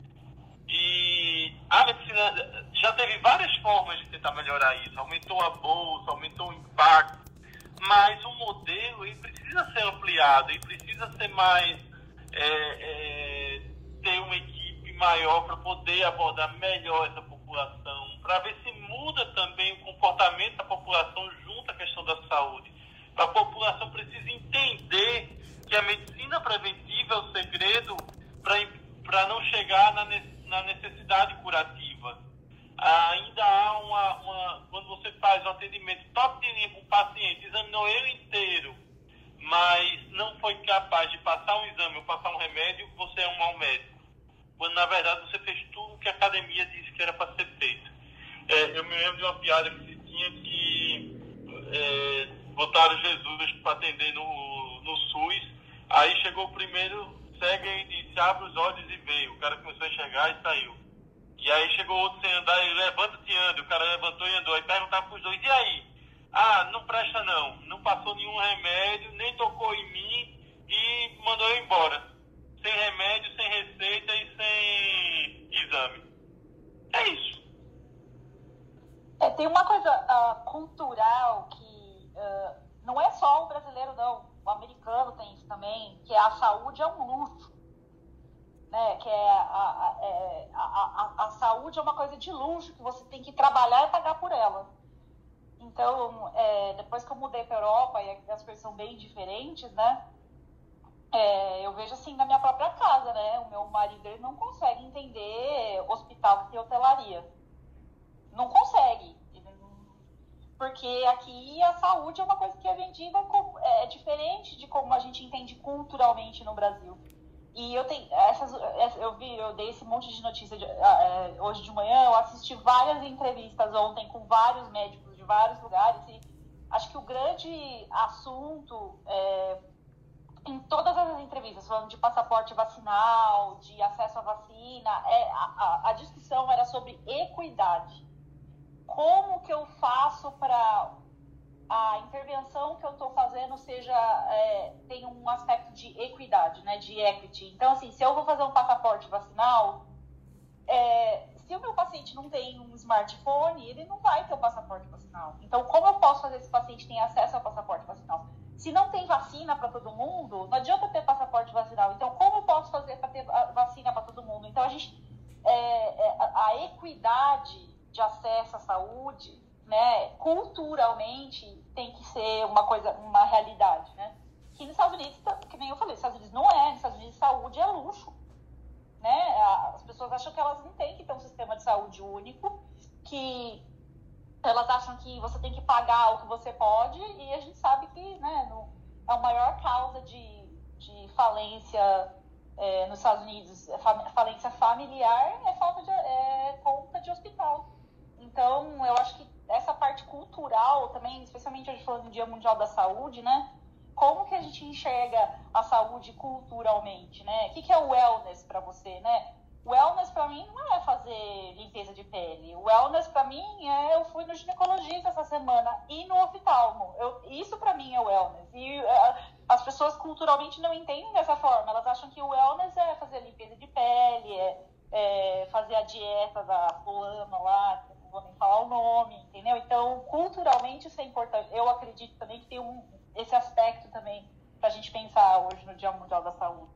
S5: E a medicina já teve várias formas de tentar melhorar isso, aumentou a bolsa, aumentou o impacto, mas o modelo ele precisa ser ampliado, ele precisa ser mais é, é, ter uma equipe maior para poder abordar melhor essa população, para ver se muda também o comportamento da população junto à questão da saúde. A população precisa entender a medicina preventiva é o segredo para não chegar na, na necessidade curativa. Ainda há uma, uma... Quando você faz um atendimento top de linha para o paciente, examinou ele inteiro, mas não foi capaz de passar um exame ou passar um remédio, você é um mau médico. Quando, na verdade, você fez tudo que a academia disse que era para ser feito. É, eu me lembro de uma piada que se tinha que é, botaram Jesus para atender no, no SUS, aí chegou o primeiro cego e disse, abre os olhos e veio. O cara começou a enxergar e saiu. E aí chegou outro sem andar, ele levanta-te e anda. O cara levantou e andou. Aí perguntava para os dois, e aí? Ah, não presta não. Não passou nenhum remédio, nem tocou em mim e mandou eu embora. Sem remédio, sem receita e sem exame. É isso.
S3: É, tem uma coisa uh, cultural que uh, não é só o brasileiro, não. O americano tem isso também, que é a saúde é um luxo. Né? Que é a, a, a, a, a saúde é uma coisa de luxo, que você tem que trabalhar e pagar por ela. Então, é, depois que eu mudei para a Europa e as coisas são bem diferentes, né? É, eu vejo assim na minha própria casa, né? O meu marido ele não consegue entender hospital que tem hotelaria. Não consegue. Porque aqui a saúde é uma coisa que é vendida como, é diferente de como a gente entende culturalmente no Brasil. E eu tenho essas, eu vi, eu dei esse monte de notícia de, é, hoje de manhã, eu assisti várias entrevistas ontem com vários médicos de vários lugares e acho que o grande assunto é, em todas as entrevistas, falando de passaporte vacinal, de acesso à vacina, é, a, a, a discussão era sobre equidade. Como que eu faço para a intervenção que eu estou fazendo seja, é, tem um aspecto de equidade, né, de equity. Então, assim, se eu vou fazer um passaporte vacinal, é, se o meu paciente não tem um smartphone, ele não vai ter o passaporte vacinal. Então, como eu posso fazer esse paciente ter acesso ao passaporte vacinal? Se não tem vacina para todo mundo, não adianta ter passaporte vacinal. Então, como eu posso fazer para ter vacina para todo mundo? Então, a gente, é, é, a equidade de acesso à saúde, né, culturalmente tem que ser uma coisa, uma realidade, né? Que nos Estados Unidos, que nem eu falei, nos Estados Unidos não é, nos Estados Unidos saúde é luxo, né? As pessoas acham que elas não têm que ter um sistema de saúde único, que elas acham que você tem que pagar o que você pode, e a gente sabe que, né, no, a maior causa de, de falência é, nos Estados Unidos, falência familiar, é falta de é, conta de hospital. Então, eu acho que essa parte cultural também, especialmente hoje falando do Dia Mundial da Saúde, né? Como que a gente enxerga a saúde culturalmente, né? O que, que é o wellness para você, né? Wellness para mim não é fazer limpeza de pele. O wellness para mim é eu fui no ginecologista essa semana e no oftalmo. Eu, isso para mim é wellness. E uh, as pessoas culturalmente não entendem dessa forma. Elas acham que o wellness é fazer limpeza de pele, é, é fazer a dieta da fulana lá, não vou nem falar o nome, entendeu? Então, culturalmente isso é importante. Eu acredito também que tem um, esse aspecto também para a gente pensar hoje no Dia Mundial da Saúde.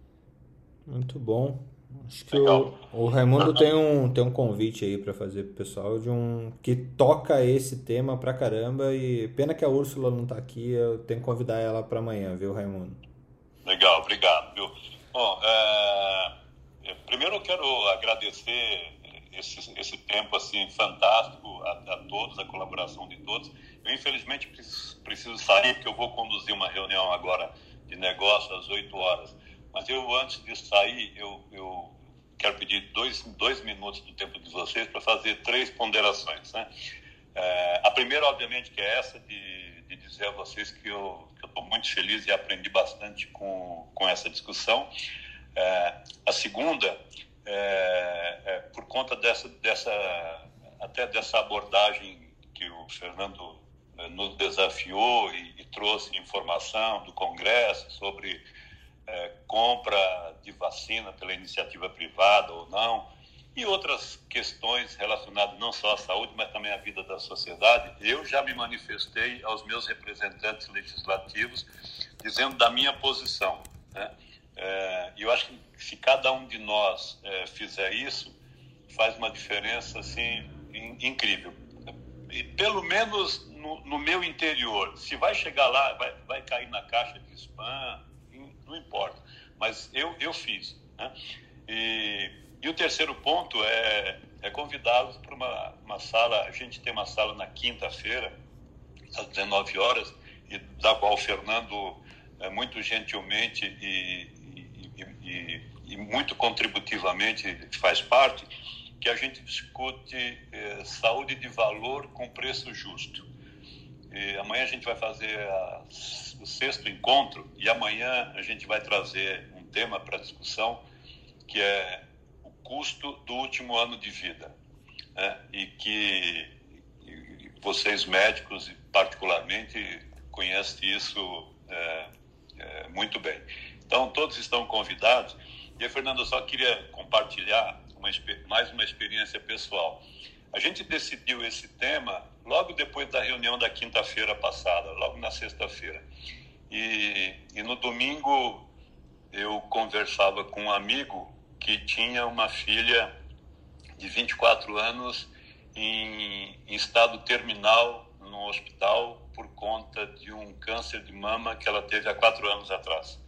S1: Muito bom. Acho que o, o Raimundo tem um, tem um convite aí para fazer pro pessoal de um que toca esse tema pra caramba, e pena que a Úrsula não tá aqui, eu tenho que convidar ela para amanhã, viu, Raimundo?
S4: Legal, obrigado, viu? Bom, é, primeiro eu quero agradecer esse, esse tempo assim fantástico a, a todos, a colaboração de todos. Eu infelizmente preciso, preciso sair, porque eu vou conduzir uma reunião agora de negócio às oito horas. Mas eu, antes de sair, eu, eu quero pedir dois, dois minutos do tempo de vocês para fazer três ponderações, né? É, a primeira, obviamente, que é essa de, de dizer a vocês que eu estou muito feliz e aprendi bastante com, com essa discussão. É, a segunda, é, é, por conta dessa, dessa, até dessa abordagem que o Fernando é, nos desafiou e, e trouxe informação do Congresso sobre É, compra de vacina pela iniciativa privada ou não, e outras questões relacionadas não só à saúde, mas também à vida da sociedade. Eu já me manifestei aos meus representantes legislativos dizendo da minha posição, né? É, e eu acho que se cada um de nós é, fizer isso, faz uma diferença assim, in, incrível. E pelo menos no, no meu interior, se vai chegar lá, vai, vai cair na caixa de spam, não importa. Mas eu, eu fiz, né? E, e o terceiro ponto é, é convidá-los para uma, uma sala. A gente tem uma sala na quinta-feira, às dezenove horas, e da qual o Fernando é, muito gentilmente e, e, e, e, e muito contributivamente faz parte, que a gente discute é, saúde de valor com preço justo. E amanhã a gente vai fazer a, o sexto encontro, e amanhã a gente vai trazer um tema para discussão, que é o custo do último ano de vida, né? E que e vocês médicos, particularmente, conhecem isso é, é, muito bem. Então, todos estão convidados. E, Fernando, eu só queria compartilhar uma, mais uma experiência pessoal. A gente decidiu esse tema logo depois da reunião da quinta-feira passada, logo na sexta-feira. E, e no domingo eu conversava com um amigo que tinha uma filha de vinte e quatro anos em, em estado terminal no hospital por conta de um câncer de mama que ela teve há quatro anos atrás.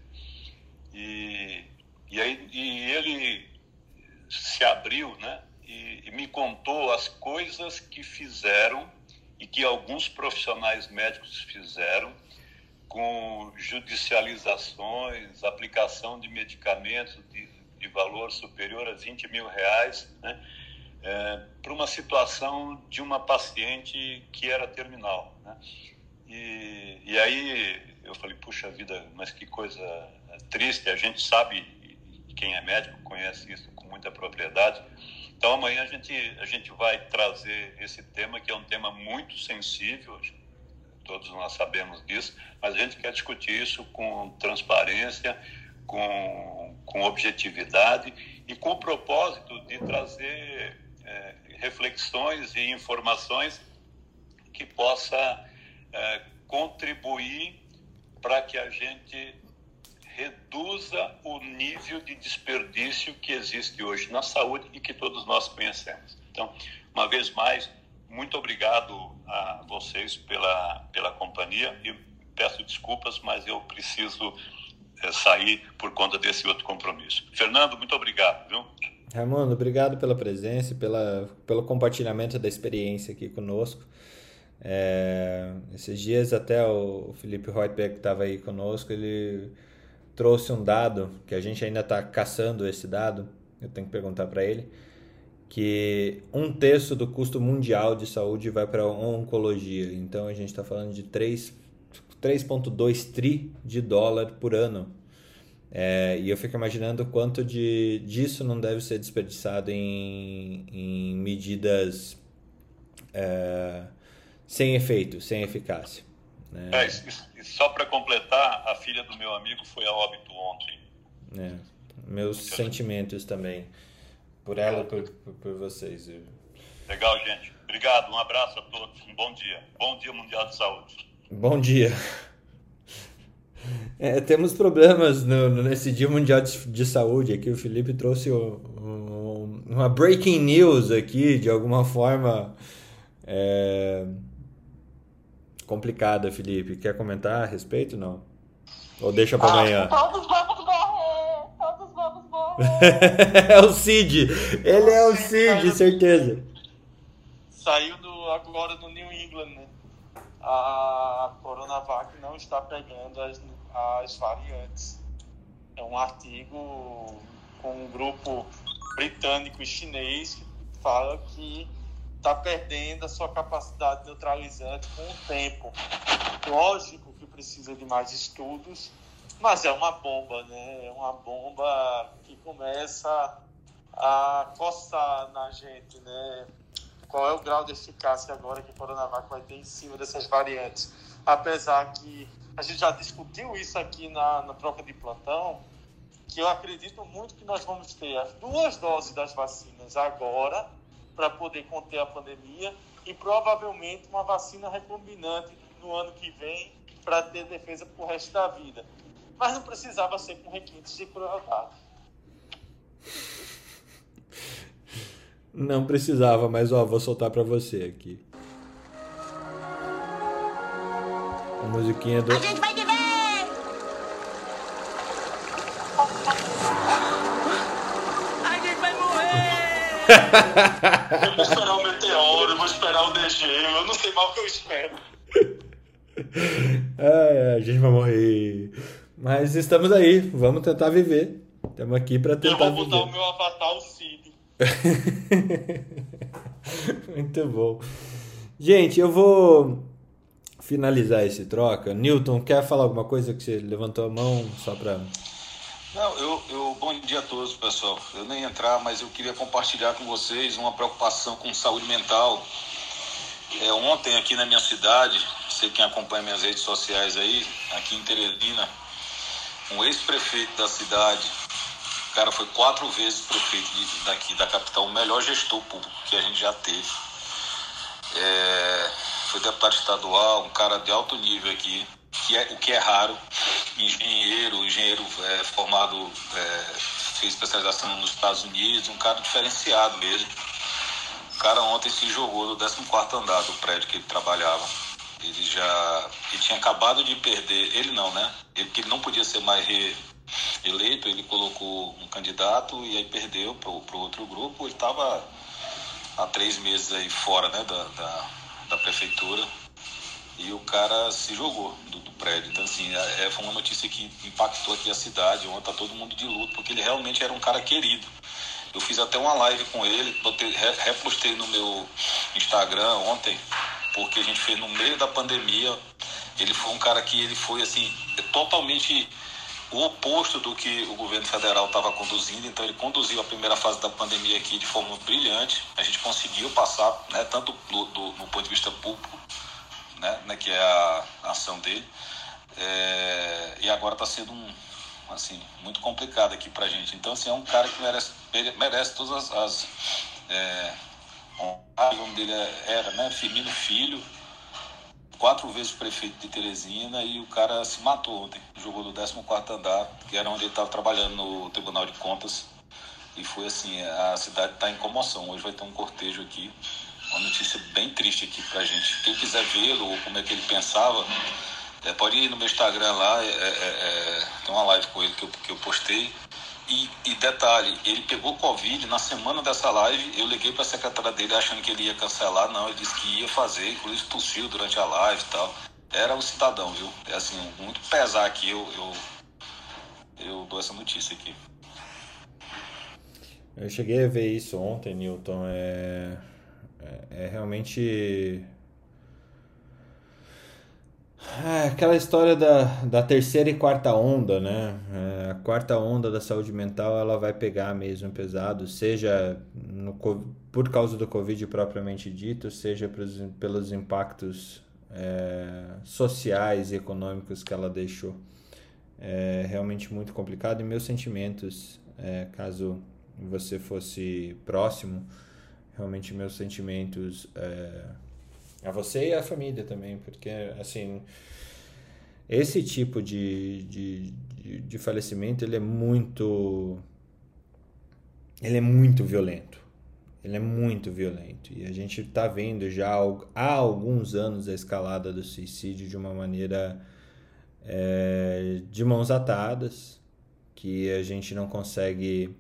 S4: E, e, aí, e ele se abriu, né? E, e me contou as coisas que fizeram e que alguns profissionais médicos fizeram com judicializações, aplicação de medicamentos de, de valor superior a vinte mil reais, né? É, para uma situação de uma paciente que era terminal, né? E, e aí eu falei, puxa vida, mas que coisa triste. A gente sabe, quem é médico conhece isso com muita propriedade. Então amanhã a gente, a gente vai trazer esse tema, que é um tema muito sensível, todos nós sabemos disso, mas a gente quer discutir isso com transparência, com, com objetividade e com o propósito de trazer é, reflexões e informações que possa é, contribuir para que a gente reduza o nível de desperdício que existe hoje na saúde e que todos nós conhecemos. Então, uma vez mais, muito obrigado a vocês pela, pela companhia e peço desculpas, mas eu preciso é, sair por conta desse outro compromisso. Fernando, muito obrigado, viu?
S1: Raimundo, obrigado pela presença e pela, pelo compartilhamento da experiência aqui conosco. É, esses dias até o Felipe Reutberg, que estava aí conosco, ele trouxe um dado, que a gente ainda está caçando esse dado, eu tenho que perguntar para ele, que um terço do custo mundial de saúde vai para a oncologia. Então a gente está falando de três vírgula dois tri de dólar por ano. É, e eu fico imaginando o quanto de, disso não deve ser desperdiçado em, em medidas é, sem efeito, sem eficácia. Né?
S4: É, e só para completar, a filha do meu amigo foi a óbito ontem.
S1: É, meus sentimentos também, por ela e por, por, por vocês.
S4: Legal, gente. Obrigado, um abraço a todos, um bom dia. Bom dia Mundial de Saúde.
S1: Bom dia. É, temos problemas no, nesse Dia Mundial de, de Saúde. Aqui o Felipe trouxe um, um, uma breaking news aqui, de alguma forma é, complicada, Felipe. Quer comentar a respeito, não? Ou deixa para amanhã?
S3: Todos vamos morrer! Todos vamos morrer!
S1: É o Cid! Ele é o Cid, certeza.
S5: Saiu do, agora do New England, né? A Coronavac não está pegando as, as variantes. É um artigo com um grupo britânico e chinês que fala que está perdendo a sua capacidade neutralizante com o tempo. Lógico que precisa de mais estudos, mas é uma bomba, né? É uma bomba que começa a coçar na gente, né? Qual é o grau de eficácia agora que o Coronavac vai ter em cima dessas variantes? Apesar que a gente já discutiu isso aqui na, na troca de plantão, que eu acredito muito que nós vamos ter as duas doses das vacinas agora para poder conter a pandemia e provavelmente uma vacina recombinante no ano que vem para ter defesa para o resto da vida. Mas não precisava ser com requintes de crueldade.
S1: Não precisava, mas ó, vou soltar pra você aqui. A musiquinha do...
S8: A gente vai te ver!
S5: Eu vou esperar o Meteoro, eu vou esperar o D G, eu não sei mal o que eu espero.
S1: Ai, a gente vai morrer. Mas estamos aí, vamos tentar viver. Estamos aqui para tentar viver.
S5: Eu vou botar viver. O meu avatar, o Cid.
S1: Muito bom. Gente, eu vou finalizar esse troca. Newton, quer falar alguma coisa que você levantou a mão só para...
S8: Não, eu, eu... Bom dia a todos, pessoal. Eu nem ia entrar, mas eu queria compartilhar com vocês uma preocupação com saúde mental. É, ontem aqui na minha cidade, sei quem acompanha minhas redes sociais aí, aqui em Teresina, um ex-prefeito da cidade, o cara foi quatro vezes prefeito de, daqui da capital, o melhor gestor público que a gente já teve. É, foi deputado estadual, um cara de alto nível aqui, que é, o que é raro, engenheiro, engenheiro é, formado, é, fez especialização nos Estados Unidos, um cara diferenciado mesmo. O cara ontem se jogou no décimo quarto andar do prédio que ele trabalhava. Ele já ele tinha acabado de perder, ele não, né? Ele, que ele não podia ser mais reeleito, ele colocou um candidato e aí perdeu para o outro grupo. Ele estava há três meses aí fora, né, da, da, da prefeitura, e o cara se jogou do, do prédio. Então, assim, é, foi uma notícia que impactou aqui a cidade. Ontem tá todo mundo de luto, porque ele realmente era um cara querido. Eu fiz até uma live com ele, botei, repostei no meu Instagram ontem, porque a gente fez no meio da pandemia. Ele foi um cara que ele foi assim, totalmente o oposto do que o governo federal estava conduzindo. Então ele conduziu a primeira fase da pandemia aqui de forma brilhante. A gente conseguiu passar, né, tanto do, do, no ponto de vista público, né, né, que é a, a ação dele, é, e agora está sendo um, assim, muito complicado aqui pra gente. Então, assim, é um cara que merece, merece todas as... as é, o nome dele era, né, Firmino Filho, quatro vezes prefeito de Teresina, e o cara se matou ontem, jogou do décimo quarto andar, que era onde ele estava trabalhando no Tribunal de Contas, e foi assim, a cidade está em comoção. Hoje vai ter um cortejo aqui, uma notícia bem triste aqui pra gente. Quem quiser vê-lo, ou como é que ele pensava, é, pode ir no meu Instagram lá, é, é, é, tem uma live com ele que eu, que eu postei. E, e detalhe, ele pegou Covid na semana dessa live. Eu liguei para a secretária dele achando que ele ia cancelar. Não, ele disse que ia fazer, inclusive tossiu durante a live e tal. Era um cidadão, viu? É assim, muito pesar aqui, eu, eu, eu dou essa notícia aqui.
S1: Eu cheguei a ver isso ontem, Newton. É, é, é realmente... É aquela história da, da terceira e quarta onda, né? É, a quarta onda da saúde mental, ela vai pegar mesmo pesado, seja no, por causa do Covid propriamente dito, seja pelos, pelos impactos é, sociais e econômicos que ela deixou. É realmente muito complicado, e meus sentimentos, é, caso você fosse próximo, realmente meus sentimentos... É, a você e a família também, porque, assim, esse tipo de, de, de, de falecimento, ele é muito, ele é muito violento, ele é muito violento, e a gente está vendo já há alguns anos a escalada do suicídio de uma maneira é, de mãos atadas, que a gente não consegue...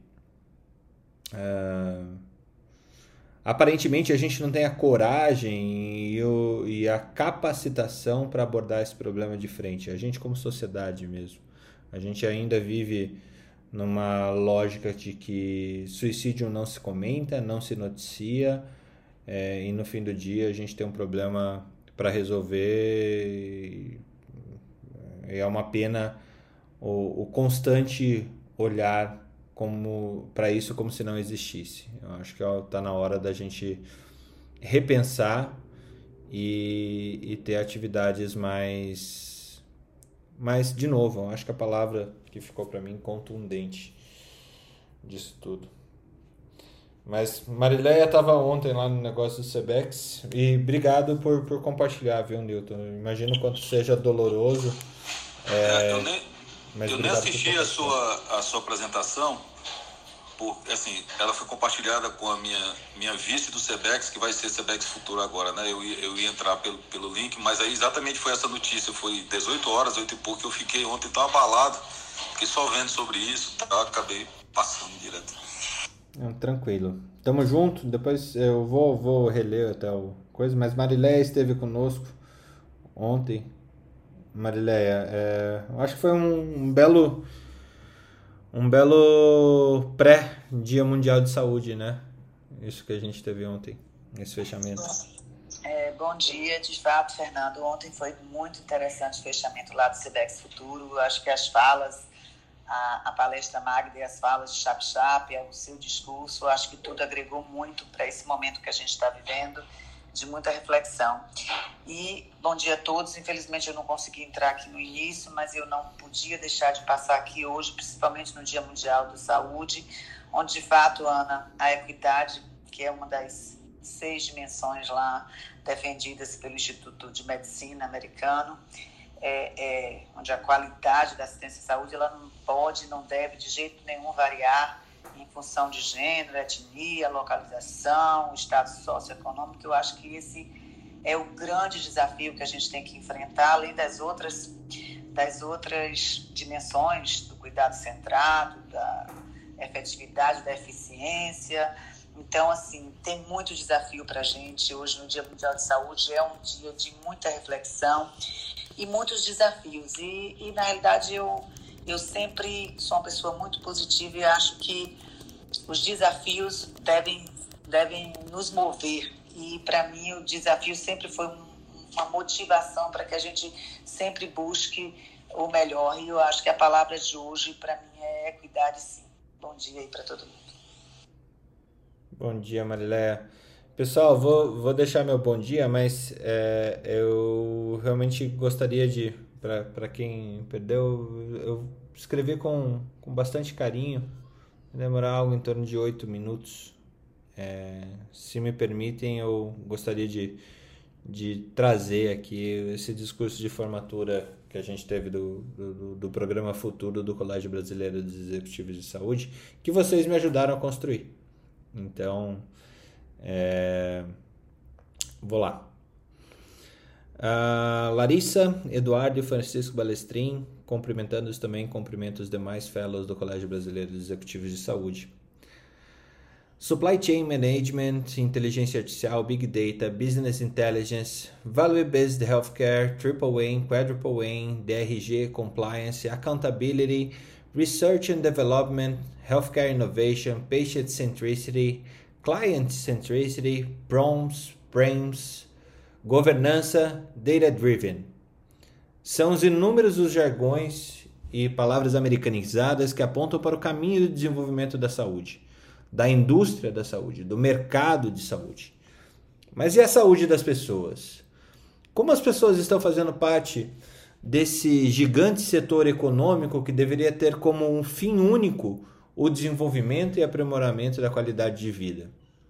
S1: Uh, Aparentemente a gente não tem a coragem e, o, e a capacitação para abordar esse problema de frente. A gente como sociedade mesmo. A gente ainda vive numa lógica de que suicídio não se comenta, não se noticia, é, e no fim do dia a gente tem um problema para resolver. E, e é uma pena o, o constante olhar como para isso como se não existisse. Eu acho que está na hora da gente repensar e, e ter atividades mais, mais, de novo, eu acho que a palavra que ficou para mim, contundente disso tudo. Mas Marileia estava ontem lá no negócio do Sebex, e obrigado por, por compartilhar, viu, Newton? Eu imagino quanto seja doloroso. É,
S8: é, eu nem, eu nem assisti a sua, a sua apresentação. Porque, assim, ela foi compartilhada com a minha, minha vice do Sebex, que vai ser Sebex Futuro agora, né? Eu ia, eu ia entrar pelo, pelo link, mas aí exatamente foi essa notícia. Foi dezoito horas, oito e pouco, eu fiquei ontem tão abalado, fiquei só vendo sobre isso, tá? Acabei passando direto.
S1: Não, tranquilo. Tamo junto. Depois eu vou, vou reler até o coisa, mas Marileia esteve conosco ontem. Marileia, é, eu acho que foi um, um belo um belo pré-Dia Mundial de Saúde, né? Isso que a gente teve ontem, esse fechamento.
S9: É, bom dia, de fato, Fernando. Ontem foi muito interessante o fechamento lá do Sebex Futuro. Eu acho que as falas, a, a palestra Magda e as falas de Chap Chap, o seu discurso, eu acho que tudo agregou muito para esse momento que a gente está vivendo, de muita reflexão. E bom dia a todos. Infelizmente eu não consegui entrar aqui no início, mas eu não podia deixar de passar aqui hoje, principalmente no Dia Mundial da Saúde, onde de fato, Ana, a equidade, que é uma das seis dimensões lá defendidas pelo Instituto de Medicina americano, é, é, onde a qualidade da assistência à saúde ela não pode, não deve de jeito nenhum variar em função de gênero, etnia, localização, estado socioeconômico. Eu acho que esse é o grande desafio que a gente tem que enfrentar, além das outras, das outras dimensões do cuidado centrado, da efetividade, da eficiência. Então, assim, tem muito desafio para a gente. Hoje, no Dia Mundial de Saúde, é um dia de muita reflexão e muitos desafios. E, e na realidade, eu, eu sempre sou uma pessoa muito positiva e acho que os desafios devem, devem nos mover. E, para mim, o desafio sempre foi um, uma motivação para que a gente sempre busque o melhor. E eu acho que a palavra de hoje, para mim, é equidade, sim. Bom dia aí para todo mundo.
S1: Bom dia, Marileia. Pessoal, vou, vou deixar meu bom dia, mas é, eu realmente gostaria de, para quem perdeu, eu escrevi com, com bastante carinho, vai demorar algo em torno de oito minutos. É, se me permitem, eu gostaria de, de trazer aqui esse discurso de formatura que a gente teve do, do, do programa Futuro do Colégio Brasileiro dos Executivos de Saúde, que vocês me ajudaram a construir. Então, é... vou lá. Uh, Larissa, Eduardo e Francisco Balestrin, cumprimentando-os também, cumprimento os demais fellows do Colégio Brasileiro dos Executivos de Saúde. Supply Chain Management, Inteligência Artificial, Big Data, Business Intelligence, Value-Based Healthcare, Triple Aim, Quadruple Aim, D R G, Compliance, Accountability, Research and Development, Healthcare Innovation, Patient Centricity, Client Centricity, P R O M S, P R A M S, Governança, Data Driven. São os inúmeros os jargões e palavras americanizadas que apontam para o caminho do desenvolvimento da saúde, da indústria da saúde, do mercado de saúde. Mas e a saúde das pessoas? Como as pessoas estão fazendo parte desse gigante setor econômico que deveria ter como um fim único o desenvolvimento e aprimoramento da qualidade de vida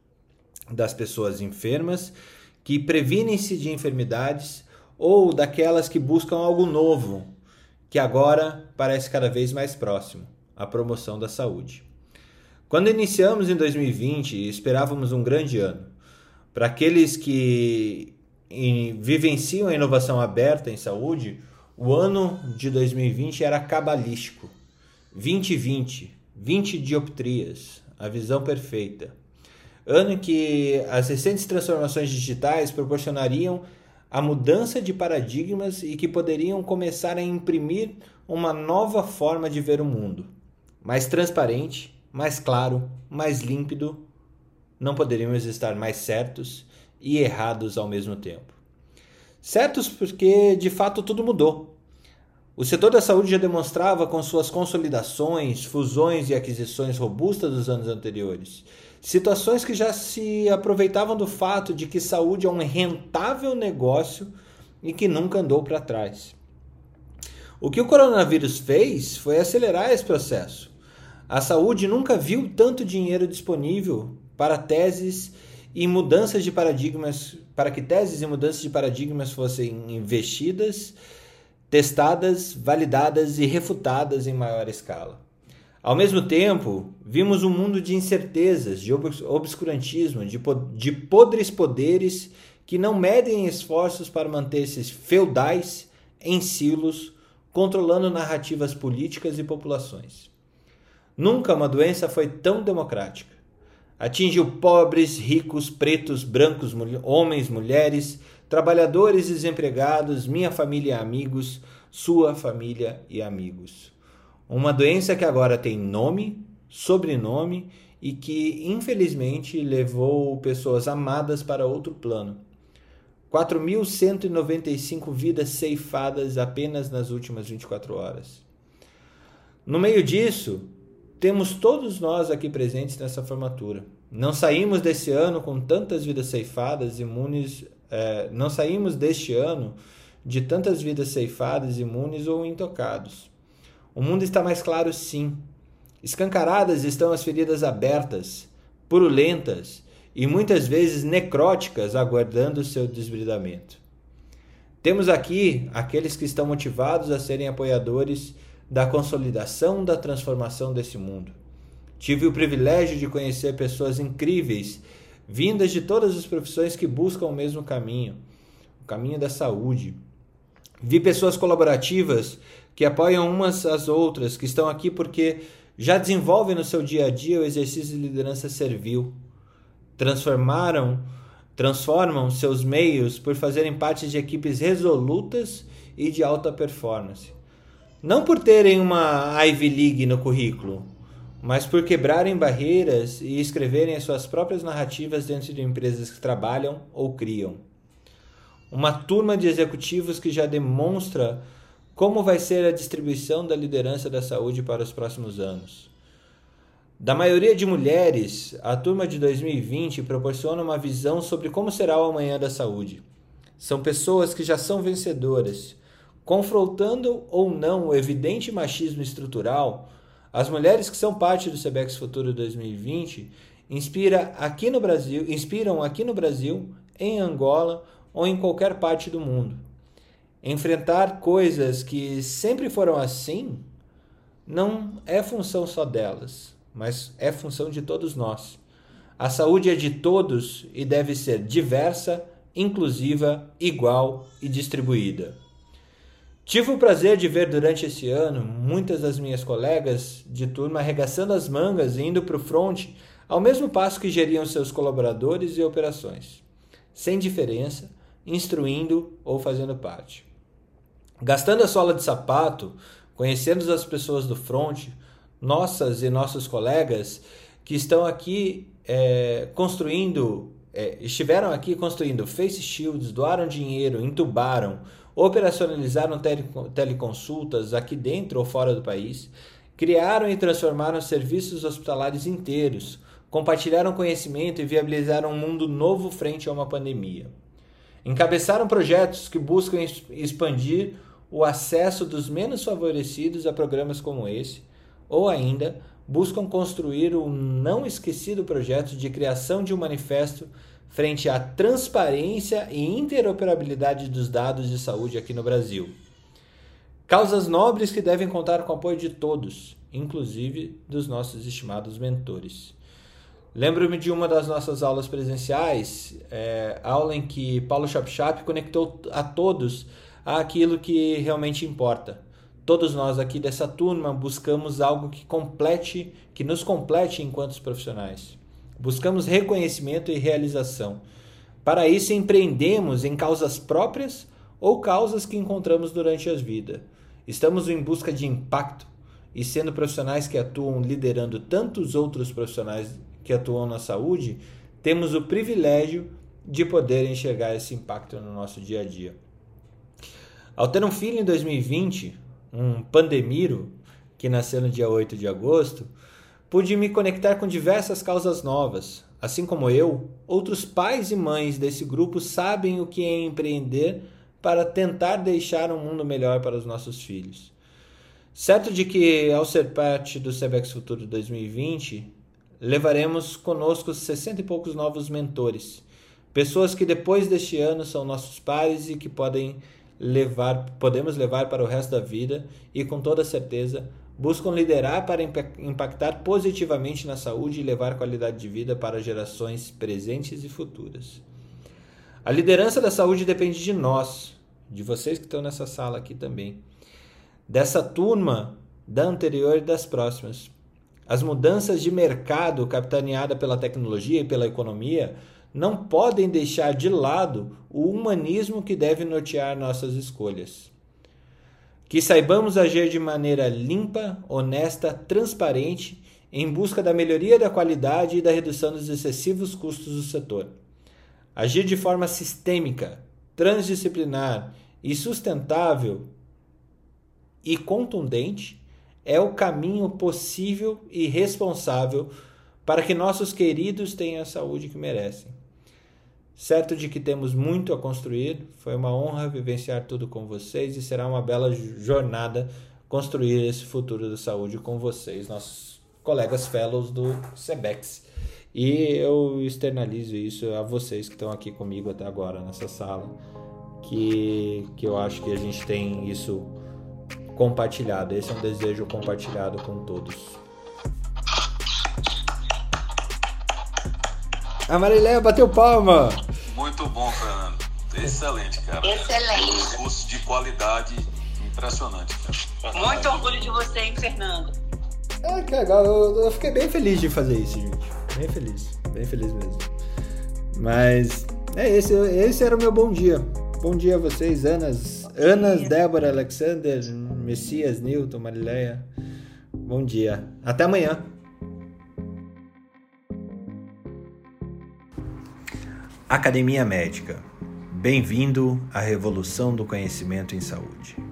S1: das pessoas enfermas, que previnem-se de enfermidades, ou daquelas que buscam algo novo, que agora parece cada vez mais próximo, a promoção da saúde. Quando iniciamos em dois mil e vinte, esperávamos um grande ano. Para aqueles que vivenciam a inovação aberta em saúde, o ano de dois mil e vinte era cabalístico. vinte e vinte, vinte dioptrias, a visão perfeita. Ano em que as recentes transformações digitais proporcionariam a mudança de paradigmas e que poderiam começar a imprimir uma nova forma de ver o mundo. Mais transparente, mais claro, mais límpido. Não poderíamos estar mais certos e errados ao mesmo tempo. Certos porque, de fato, tudo mudou. O setor da saúde já demonstrava com suas consolidações, fusões e aquisições robustas dos anos anteriores, situações que já se aproveitavam do fato de que saúde é um rentável negócio e que nunca andou para trás. O que o coronavírus fez foi acelerar esse processo. A saúde nunca viu tanto dinheiro disponível para teses e mudanças de paradigmas, para que teses e mudanças de paradigmas fossem investidas, testadas, validadas e refutadas em maior escala. Ao mesmo tempo, vimos um mundo de incertezas, de obscurantismo, de, de podres poderes que não medem esforços para manter-se feudais em silos, controlando narrativas políticas e populações. Nunca uma doença foi tão democrática. Atingiu pobres, ricos, pretos, brancos, mul- homens, mulheres, trabalhadores e desempregados, minha família e amigos, sua família e amigos. Uma doença que agora tem nome, sobrenome e que, infelizmente, levou pessoas amadas para outro plano. quatro mil cento e noventa e cinco vidas ceifadas apenas nas últimas vinte e quatro horas. No meio disso, temos todos nós aqui presentes nessa formatura. Não saímos desse ano com tantas vidas ceifadas, imunes, é, não saímos deste ano de tantas vidas ceifadas, imunes ou intocados. O mundo está mais claro, sim. Escancaradas estão as feridas abertas, purulentas e muitas vezes necróticas, aguardando seu desbridamento. Temos aqui aqueles que estão motivados a serem apoiadores da consolidação da transformação desse mundo. Tive o privilégio de conhecer pessoas incríveis, vindas de todas as profissões que buscam o mesmo caminho, o caminho da saúde. Vi pessoas colaborativas que apoiam umas às outras, que estão aqui porque já desenvolvem no seu dia a dia o exercício de liderança servil. Transformaram, transformam seus meios por fazerem parte de equipes resolutas e de alta performance. Não por terem uma Ivy League no currículo, mas por quebrarem barreiras e escreverem as suas próprias narrativas dentro de empresas que trabalham ou criam. Uma turma de executivos que já demonstra como vai ser a distribuição da liderança da saúde para os próximos anos. Da maioria de mulheres, a turma de dois mil e vinte proporciona uma visão sobre como será o amanhã da saúde. São pessoas que já são vencedoras. Confrontando ou não o evidente machismo estrutural, as mulheres que são parte do Sebex Futuro dois mil e vinte inspira aqui no Brasil, inspiram aqui no Brasil, em Angola ou em qualquer parte do mundo. Enfrentar coisas que sempre foram assim não é função só delas, mas é função de todos nós. A saúde é de todos e deve ser diversa, inclusiva, igual e distribuída. Tive o prazer de ver durante esse ano muitas das minhas colegas de turma arregaçando as mangas e indo para o front ao mesmo passo que geriam seus colaboradores e operações, sem diferença, instruindo ou fazendo parte. Gastando a sola de sapato, conhecendo as pessoas do front, nossas e nossos colegas que estão aqui é, construindo, é, estiveram aqui construindo face shields, doaram dinheiro, entubaram, operacionalizaram tele, teleconsultas aqui dentro ou fora do país, criaram e transformaram serviços hospitalares inteiros, compartilharam conhecimento e viabilizaram um mundo novo frente a uma pandemia. Encabeçaram projetos que buscam expandir o acesso dos menos favorecidos a programas como esse, ou ainda buscam construir o não esquecido projeto de criação de um manifesto frente à transparência e interoperabilidade dos dados de saúde aqui no Brasil. Causas nobres que devem contar com o apoio de todos, inclusive dos nossos estimados mentores. Lembro-me de uma das nossas aulas presenciais, é, aula em que Paulo Chapchap conectou a todos àquilo que realmente importa. Todos nós aqui dessa turma buscamos algo que complete, que nos complete enquanto profissionais. Buscamos reconhecimento e realização. Para isso, empreendemos em causas próprias ou causas que encontramos durante a vida. Estamos em busca de impacto e, sendo profissionais que atuam liderando tantos outros profissionais que atuam na saúde, temos o privilégio de poder enxergar esse impacto no nosso dia a dia. Ao ter um filho em dois mil e vinte, um pandemiro, que nasceu no dia oito de agosto, pude me conectar com diversas causas novas. Assim como eu, outros pais e mães desse grupo sabem o que é empreender para tentar deixar um mundo melhor para os nossos filhos. Certo de que, ao ser parte do Sebex Futuro dois mil e vinte, levaremos conosco sessenta e poucos novos mentores, pessoas que depois deste ano são nossos pares e que podem levar, podemos levar para o resto da vida e, com toda certeza, buscam liderar para impactar positivamente na saúde e levar qualidade de vida para gerações presentes e futuras. A liderança da saúde depende de nós, de vocês que estão nessa sala aqui também, dessa turma, da anterior e das próximas. As mudanças de mercado capitaneadas pela tecnologia e pela economia não podem deixar de lado o humanismo que deve nortear nossas escolhas. Que saibamos agir de maneira limpa, honesta, transparente, em busca da melhoria da qualidade e da redução dos excessivos custos do setor. Agir de forma sistêmica, transdisciplinar e sustentável e contundente é o caminho possível e responsável para que nossos queridos tenham a saúde que merecem. Certo de que temos muito a construir, foi uma honra vivenciar tudo com vocês e será uma bela jornada construir esse futuro da saúde com vocês, nossos colegas fellows do SEBEX. E eu externalizo isso a vocês que estão aqui comigo até agora nessa sala, que, que eu acho que a gente tem isso compartilhado. Esse é um desejo compartilhado com todos. A Marileia bateu palma!
S8: Muito bom, Fernando. Excelente, cara.
S2: Excelente.
S8: Curso de qualidade impressionante, cara.
S2: Muito orgulho de você, hein, Fernando?
S1: Ah, que legal. Eu, eu fiquei bem feliz de fazer isso, gente. Bem feliz. Bem feliz mesmo. Mas é esse. Esse era o meu bom dia. Bom dia a vocês, Anas, Anas, Débora, Alexander, Messias, Newton, Marileia. Bom dia. Até amanhã. Academia Médica. Bem-vindo à revolução do conhecimento em saúde.